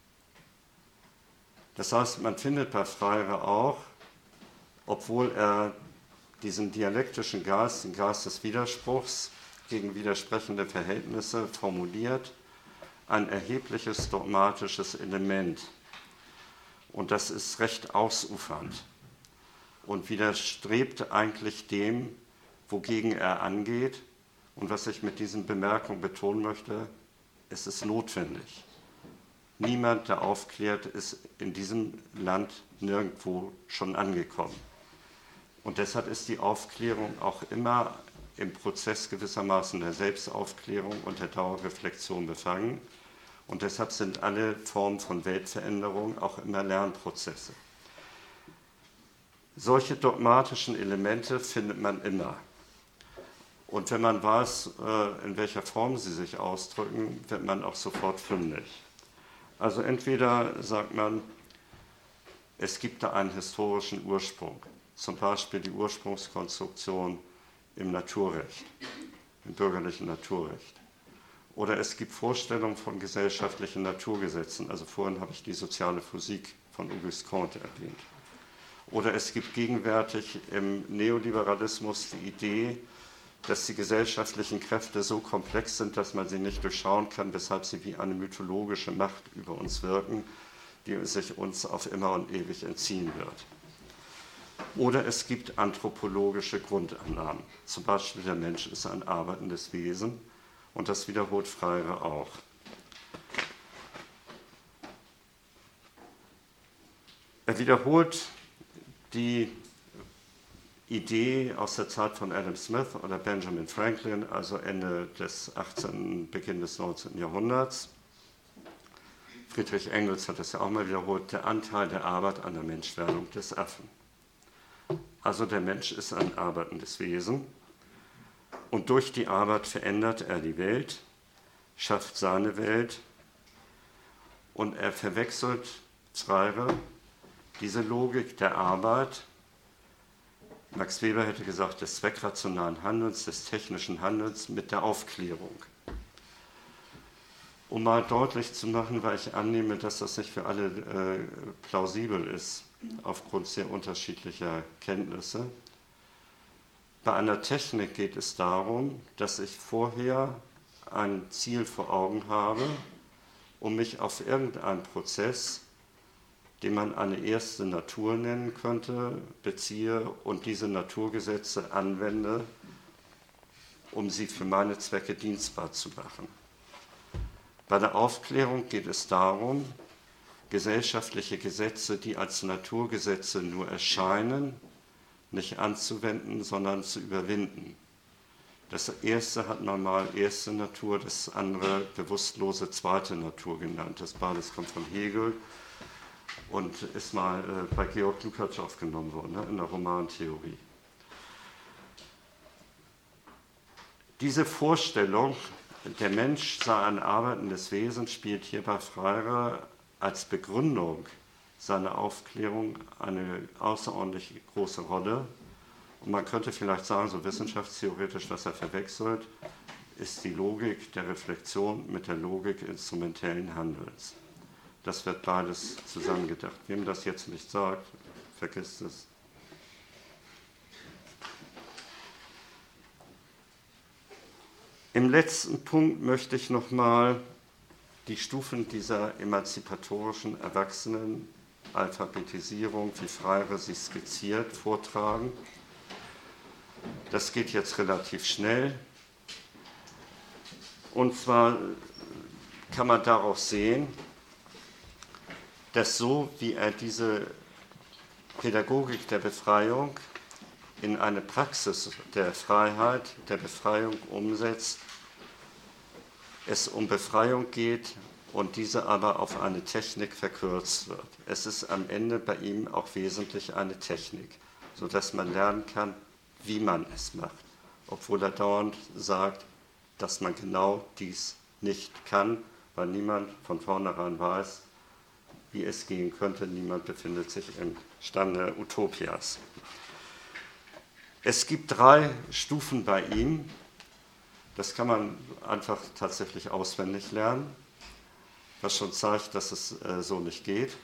Das heißt, man findet bei Freire auch, obwohl er diesen dialektischen Geist, den Geist des Widerspruchs gegen widersprechende Verhältnisse formuliert, ein erhebliches dogmatisches Element. Und das ist recht ausufernd und widerstrebt eigentlich dem, wogegen er angeht. Und was ich mit diesen Bemerkungen betonen möchte, es ist notwendig. Niemand, der aufklärt, ist in diesem Land nirgendwo schon angekommen. Und deshalb ist die Aufklärung auch immer im Prozess gewissermaßen der Selbstaufklärung und der Dauerreflexion befangen. Und deshalb sind alle Formen von Weltveränderung auch immer Lernprozesse. Solche dogmatischen Elemente findet man immer. Und wenn man weiß, in welcher Form sie sich ausdrücken, wird man auch sofort fündig. Also entweder sagt man, es gibt da einen historischen Ursprung, zum Beispiel die Ursprungskonstruktion im Naturrecht, im bürgerlichen Naturrecht. Oder es gibt Vorstellungen von gesellschaftlichen Naturgesetzen, also vorhin habe ich die soziale Physik von Auguste Comte erwähnt. Oder es gibt gegenwärtig im Neoliberalismus die Idee, dass die gesellschaftlichen Kräfte so komplex sind, dass man sie nicht durchschauen kann, weshalb sie wie eine mythologische Macht über uns wirken, die sich uns auf immer und ewig entziehen wird. Oder es gibt anthropologische Grundannahmen. Zum Beispiel der Mensch ist ein arbeitendes Wesen und das wiederholt Freire auch. Er wiederholt die Idee aus der Zeit von Adam Smith oder Benjamin Franklin, also Ende des 18., Beginn des 19. Jahrhunderts. Friedrich Engels hat es ja auch mal wiederholt, der Anteil der Arbeit an der Menschwerdung des Affen. Also der Mensch ist ein arbeitendes Wesen und durch die Arbeit verändert er die Welt, schafft seine Welt und er verwechselt Freire diese Logik der Arbeit, Max Weber hätte gesagt, des zweckrationalen Handelns, des technischen Handelns mit der Aufklärung. Um mal deutlich zu machen, weil ich annehme, dass das nicht für alle plausibel ist, aufgrund sehr unterschiedlicher Kenntnisse. Bei einer Technik geht es darum, dass ich vorher ein Ziel vor Augen habe, um mich auf irgendeinen Prozess, den man eine erste Natur nennen könnte, beziehe und diese Naturgesetze anwende, um sie für meine Zwecke dienstbar zu machen. Bei der Aufklärung geht es darum, gesellschaftliche Gesetze, die als Naturgesetze nur erscheinen, nicht anzuwenden, sondern zu überwinden. Das erste hat man mal erste Natur, das andere bewusstlose zweite Natur genannt. Das beides kommt von Hegel und ist mal bei Georg Lukács aufgenommen worden, in der Romantheorie. Diese Vorstellung, der Mensch sei ein arbeitendes Wesen, spielt hier bei Freire als Begründung seiner Aufklärung eine außerordentlich große Rolle. Und man könnte vielleicht sagen, so wissenschaftstheoretisch, was er verwechselt, ist die Logik der Reflexion mit der Logik instrumentellen Handelns. Das wird beides zusammengedacht. Wem das jetzt nicht sagt, vergisst es. Im letzten Punkt möchte ich nochmal die Stufen dieser emanzipatorischen Erwachsenenalphabetisierung, wie Freire sie skizziert, vortragen. Das geht jetzt relativ schnell. Und zwar kann man daraus sehen, dass so wie er diese Pädagogik der Befreiung in eine Praxis der Freiheit, der Befreiung umsetzt, es um Befreiung geht und diese aber auf eine Technik verkürzt wird. Es ist am Ende bei ihm auch wesentlich eine Technik, sodass man lernen kann, wie man es macht, obwohl er dauernd sagt, dass man genau dies nicht kann, weil niemand von vornherein weiß, wie es gehen könnte. Niemand befindet sich im Stande Utopias. Es gibt 3 Stufen bei ihm. Das kann man einfach tatsächlich auswendig lernen, was schon zeigt, dass es so nicht geht.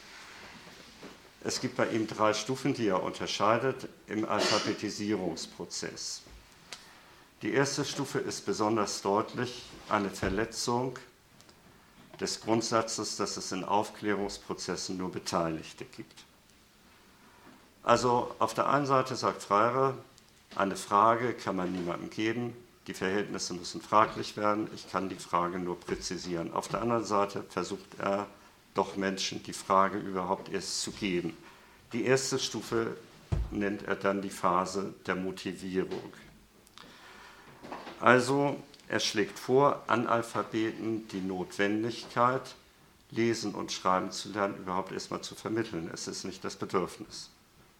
Es gibt bei ihm 3 Stufen, die er unterscheidet im Alphabetisierungsprozess. Die erste Stufe ist besonders deutlich eine Verletzung des Grundsatzes, dass es in Aufklärungsprozessen nur Beteiligte gibt. Also auf der einen Seite sagt Freire, eine Frage kann man niemandem geben, die Verhältnisse müssen fraglich werden, ich kann die Frage nur präzisieren. Auf der anderen Seite versucht er doch Menschen die Frage überhaupt erst zu geben. Die erste Stufe nennt er dann die Phase der Motivierung. Also er schlägt vor, Analphabeten die Notwendigkeit, lesen und schreiben zu lernen, überhaupt erstmal zu vermitteln. Es ist nicht das Bedürfnis.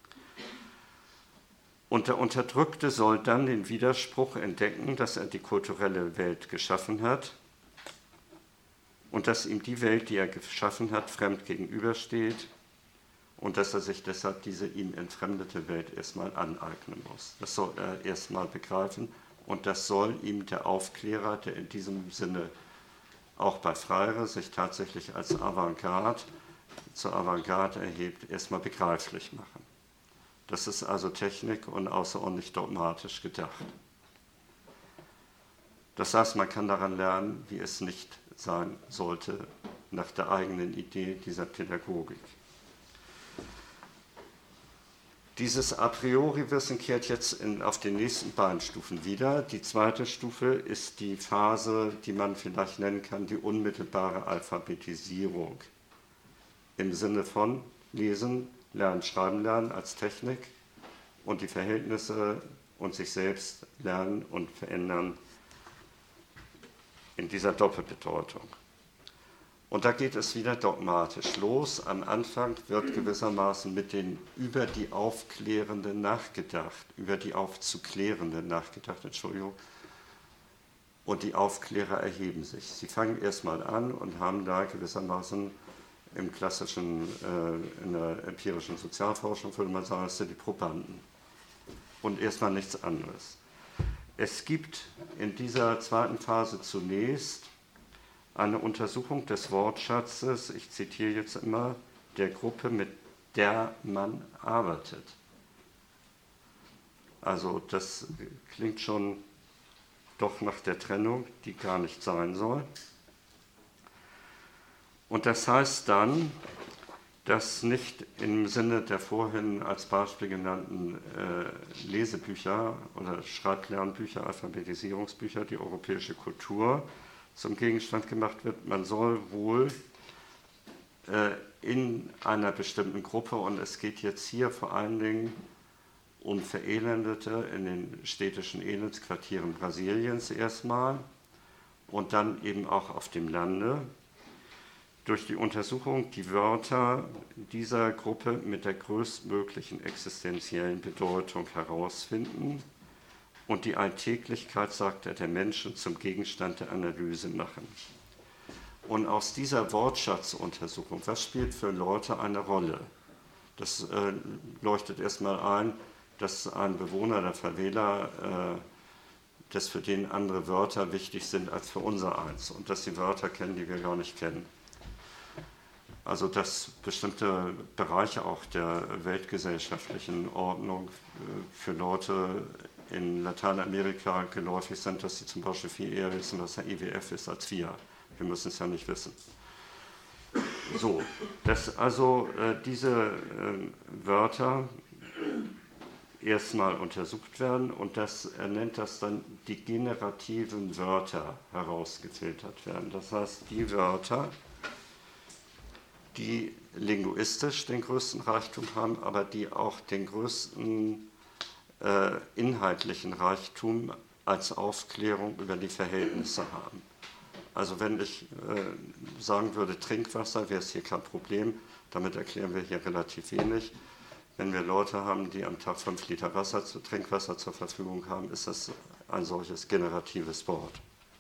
Und der Unterdrückte soll dann den Widerspruch entdecken, dass er die kulturelle Welt geschaffen hat und dass ihm die Welt, die er geschaffen hat, fremd gegenübersteht und dass er sich deshalb diese ihm entfremdete Welt erstmal aneignen muss. Das soll er erstmal begreifen und das soll ihm der Aufklärer, der in diesem Sinne auch bei Freire sich tatsächlich als Avantgarde, zur Avantgarde erhebt, erstmal begreiflich machen. Das ist also Technik und außerordentlich dogmatisch gedacht. Das heißt, man kann daran lernen, wie es nicht sein sollte, nach der eigenen Idee dieser Pädagogik. Dieses A-priori-Wissen kehrt jetzt auf den nächsten beiden Stufen wieder. Die zweite Stufe ist die Phase, die man vielleicht nennen kann, die unmittelbare Alphabetisierung. Im Sinne von Lesen, Lernen, Schreiben lernen als Technik und die Verhältnisse und sich selbst lernen und verändern in dieser Doppelbedeutung. Und da geht es wieder dogmatisch los. Am Anfang wird gewissermaßen mit den über die Aufklärenden nachgedacht, über die Aufzuklärenden nachgedacht, Entschuldigung. Und die Aufklärer erheben sich. Sie fangen erstmal an und haben da gewissermaßen im klassischen, in der empirischen Sozialforschung würde man sagen, das sind die Probanden. Und erstmal nichts anderes. Es gibt in dieser zweiten Phase zunächst eine Untersuchung des Wortschatzes, ich zitiere jetzt immer, der Gruppe, mit der man arbeitet. Also das klingt schon doch nach der Trennung, die gar nicht sein soll. Und das heißt dann, dass nicht im Sinne der vorhin als Beispiel genannten Lesebücher oder Schreiblernbücher, Alphabetisierungsbücher, die europäische Kultur zum Gegenstand gemacht wird. Man soll wohl in einer bestimmten Gruppe, und es geht jetzt hier vor allen Dingen um Verelendete in den städtischen Elendsquartieren Brasiliens erstmal und dann eben auch auf dem Lande, durch die Untersuchung die Wörter dieser Gruppe mit der größtmöglichen existenziellen Bedeutung herausfinden und die Alltäglichkeit, sagt er, der Menschen zum Gegenstand der Analyse machen. Und aus dieser Wortschatzuntersuchung, was spielt für Leute eine Rolle? Das leuchtet erstmal ein, dass ein Bewohner der Favela, dass für den andere Wörter wichtig sind als für unser eins und dass sie Wörter kennen, die wir gar nicht kennen. Also dass bestimmte Bereiche auch der weltgesellschaftlichen Ordnung für Leute in Lateinamerika geläufig sind, dass sie zum Beispiel viel eher wissen, was der IWF ist, als wir. Wir müssen es ja nicht wissen. So, dass also diese Wörter erstmal untersucht werden und er nennt das dann die generativen Wörter herausgefiltert werden. Das heißt, die Wörter, die linguistisch den größten Reichtum haben, aber die auch den größten inhaltlichen Reichtum als Aufklärung über die Verhältnisse haben. Also wenn ich sagen würde Trinkwasser, wäre es hier kein Problem, damit erklären wir hier relativ wenig. Wenn wir Leute haben, die am Tag 5 Liter Trinkwasser zur Verfügung haben, ist das ein solches generatives Wort.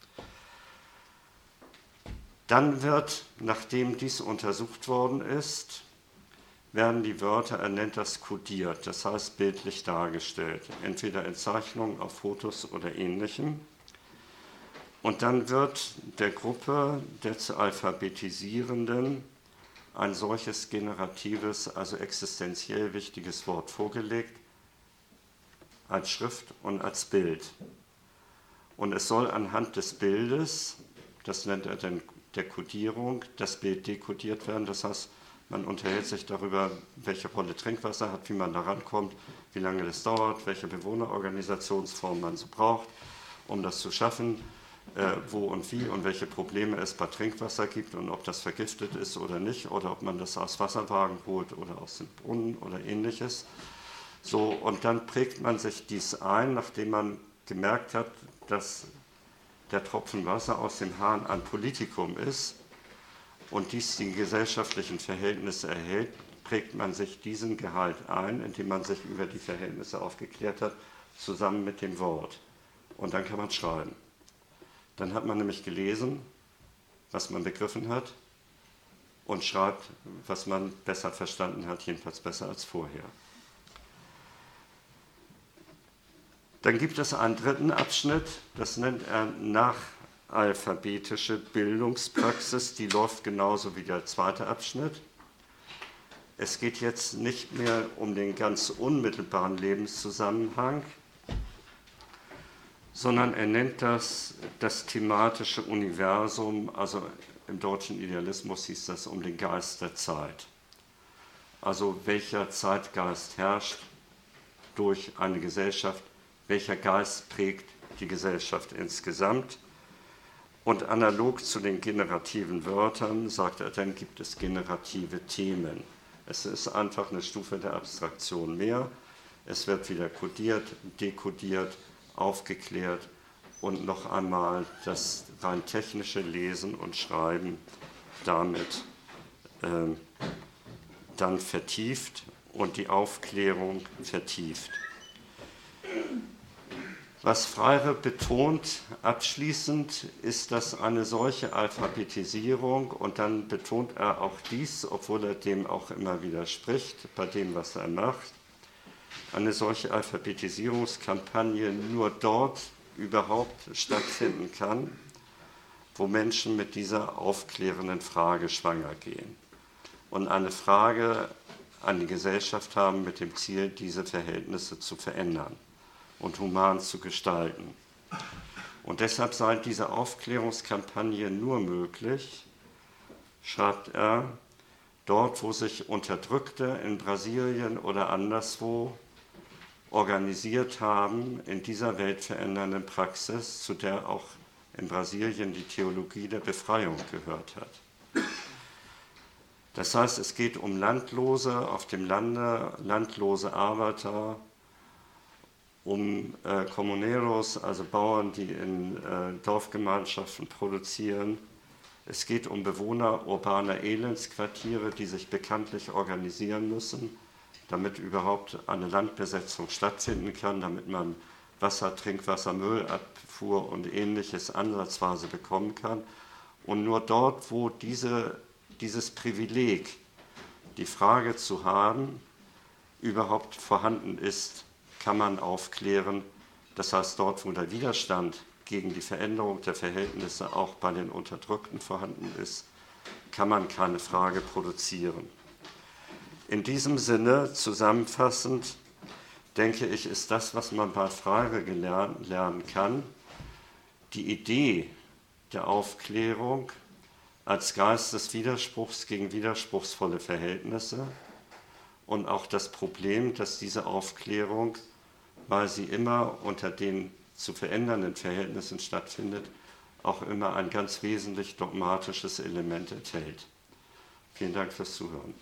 Dann wird, nachdem dies untersucht worden ist, werden die Wörter, er nennt das kodiert, das heißt bildlich dargestellt, entweder in Zeichnungen, auf Fotos oder Ähnlichem. Und dann wird der Gruppe der zu Alphabetisierenden ein solches generatives, also existenziell wichtiges Wort vorgelegt, als Schrift und als Bild. Und es soll anhand des Bildes, das nennt er dann der Kodierung, das Bild dekodiert werden. Das heißt, man unterhält sich darüber, welche Rolle Trinkwasser hat, wie man da rankommt, wie lange das dauert, welche Bewohnerorganisationsform man so braucht, um das zu schaffen, wo und wie und welche Probleme es bei Trinkwasser gibt und ob das vergiftet ist oder nicht oder ob man das aus Wasserwagen holt oder aus dem Brunnen oder ähnliches. So, und dann prägt man sich dies ein, nachdem man gemerkt hat, dass der Tropfen Wasser aus dem Hahn ein Politikum ist und dies die gesellschaftlichen Verhältnisse erhält, prägt man sich diesen Gehalt ein, indem man sich über die Verhältnisse aufgeklärt hat, zusammen mit dem Wort. Und dann kann man schreiben. Dann hat man nämlich gelesen, was man begriffen hat und schreibt, was man besser verstanden hat, jedenfalls besser als vorher. Dann gibt es einen dritten Abschnitt, das nennt er nachalphabetische Bildungspraxis, die läuft genauso wie der zweite Abschnitt. Es geht jetzt nicht mehr um den ganz unmittelbaren Lebenszusammenhang, sondern er nennt das thematische Universum, also im deutschen Idealismus hieß das um den Geist der Zeit. Also welcher Zeitgeist herrscht durch eine Gesellschaft, welcher Geist prägt die Gesellschaft insgesamt. Und analog zu den generativen Wörtern, sagt er, dann gibt es generative Themen. Es ist einfach eine Stufe der Abstraktion mehr. Es wird wieder kodiert, dekodiert, aufgeklärt und noch einmal das rein technische Lesen und Schreiben damit dann vertieft und die Aufklärung vertieft. Was Freire betont abschließend, ist, dass eine solche Alphabetisierung, und dann betont er auch dies, obwohl er dem auch immer widerspricht, bei dem, was er macht, eine solche Alphabetisierungskampagne nur dort überhaupt stattfinden kann, wo Menschen mit dieser aufklärenden Frage schwanger gehen und eine Frage an die Gesellschaft haben mit dem Ziel, diese Verhältnisse zu verändern und human zu gestalten. Und deshalb sei diese Aufklärungskampagne nur möglich, schreibt er, dort, wo sich Unterdrückte in Brasilien oder anderswo organisiert haben in dieser weltverändernden Praxis, zu der auch in Brasilien die Theologie der Befreiung gehört hat. Das heißt, es geht um Landlose auf dem Lande, landlose Arbeiter, um Comuneros, also Bauern, die in Dorfgemeinschaften produzieren. Es geht um Bewohner urbaner Elendsquartiere, die sich bekanntlich organisieren müssen, damit überhaupt eine Landbesetzung stattfinden kann, damit man Wasser, Trinkwasser, Müllabfuhr und Ähnliches ansatzweise bekommen kann. Und nur dort, wo dieses Privileg, die Frage zu haben, überhaupt vorhanden ist, kann man aufklären. Das heißt, dort, wo der Widerstand gegen die Veränderung der Verhältnisse auch bei den Unterdrückten vorhanden ist, kann man keine Frage produzieren. In diesem Sinne zusammenfassend, denke ich, ist das, was man bei Frege lernen kann, die Idee der Aufklärung als Geist des Widerspruchs gegen widerspruchsvolle Verhältnisse und auch das Problem, dass diese Aufklärung, weil sie immer unter den zu verändernden Verhältnissen stattfindet, auch immer ein ganz wesentlich dogmatisches Element enthält. Vielen Dank fürs Zuhören.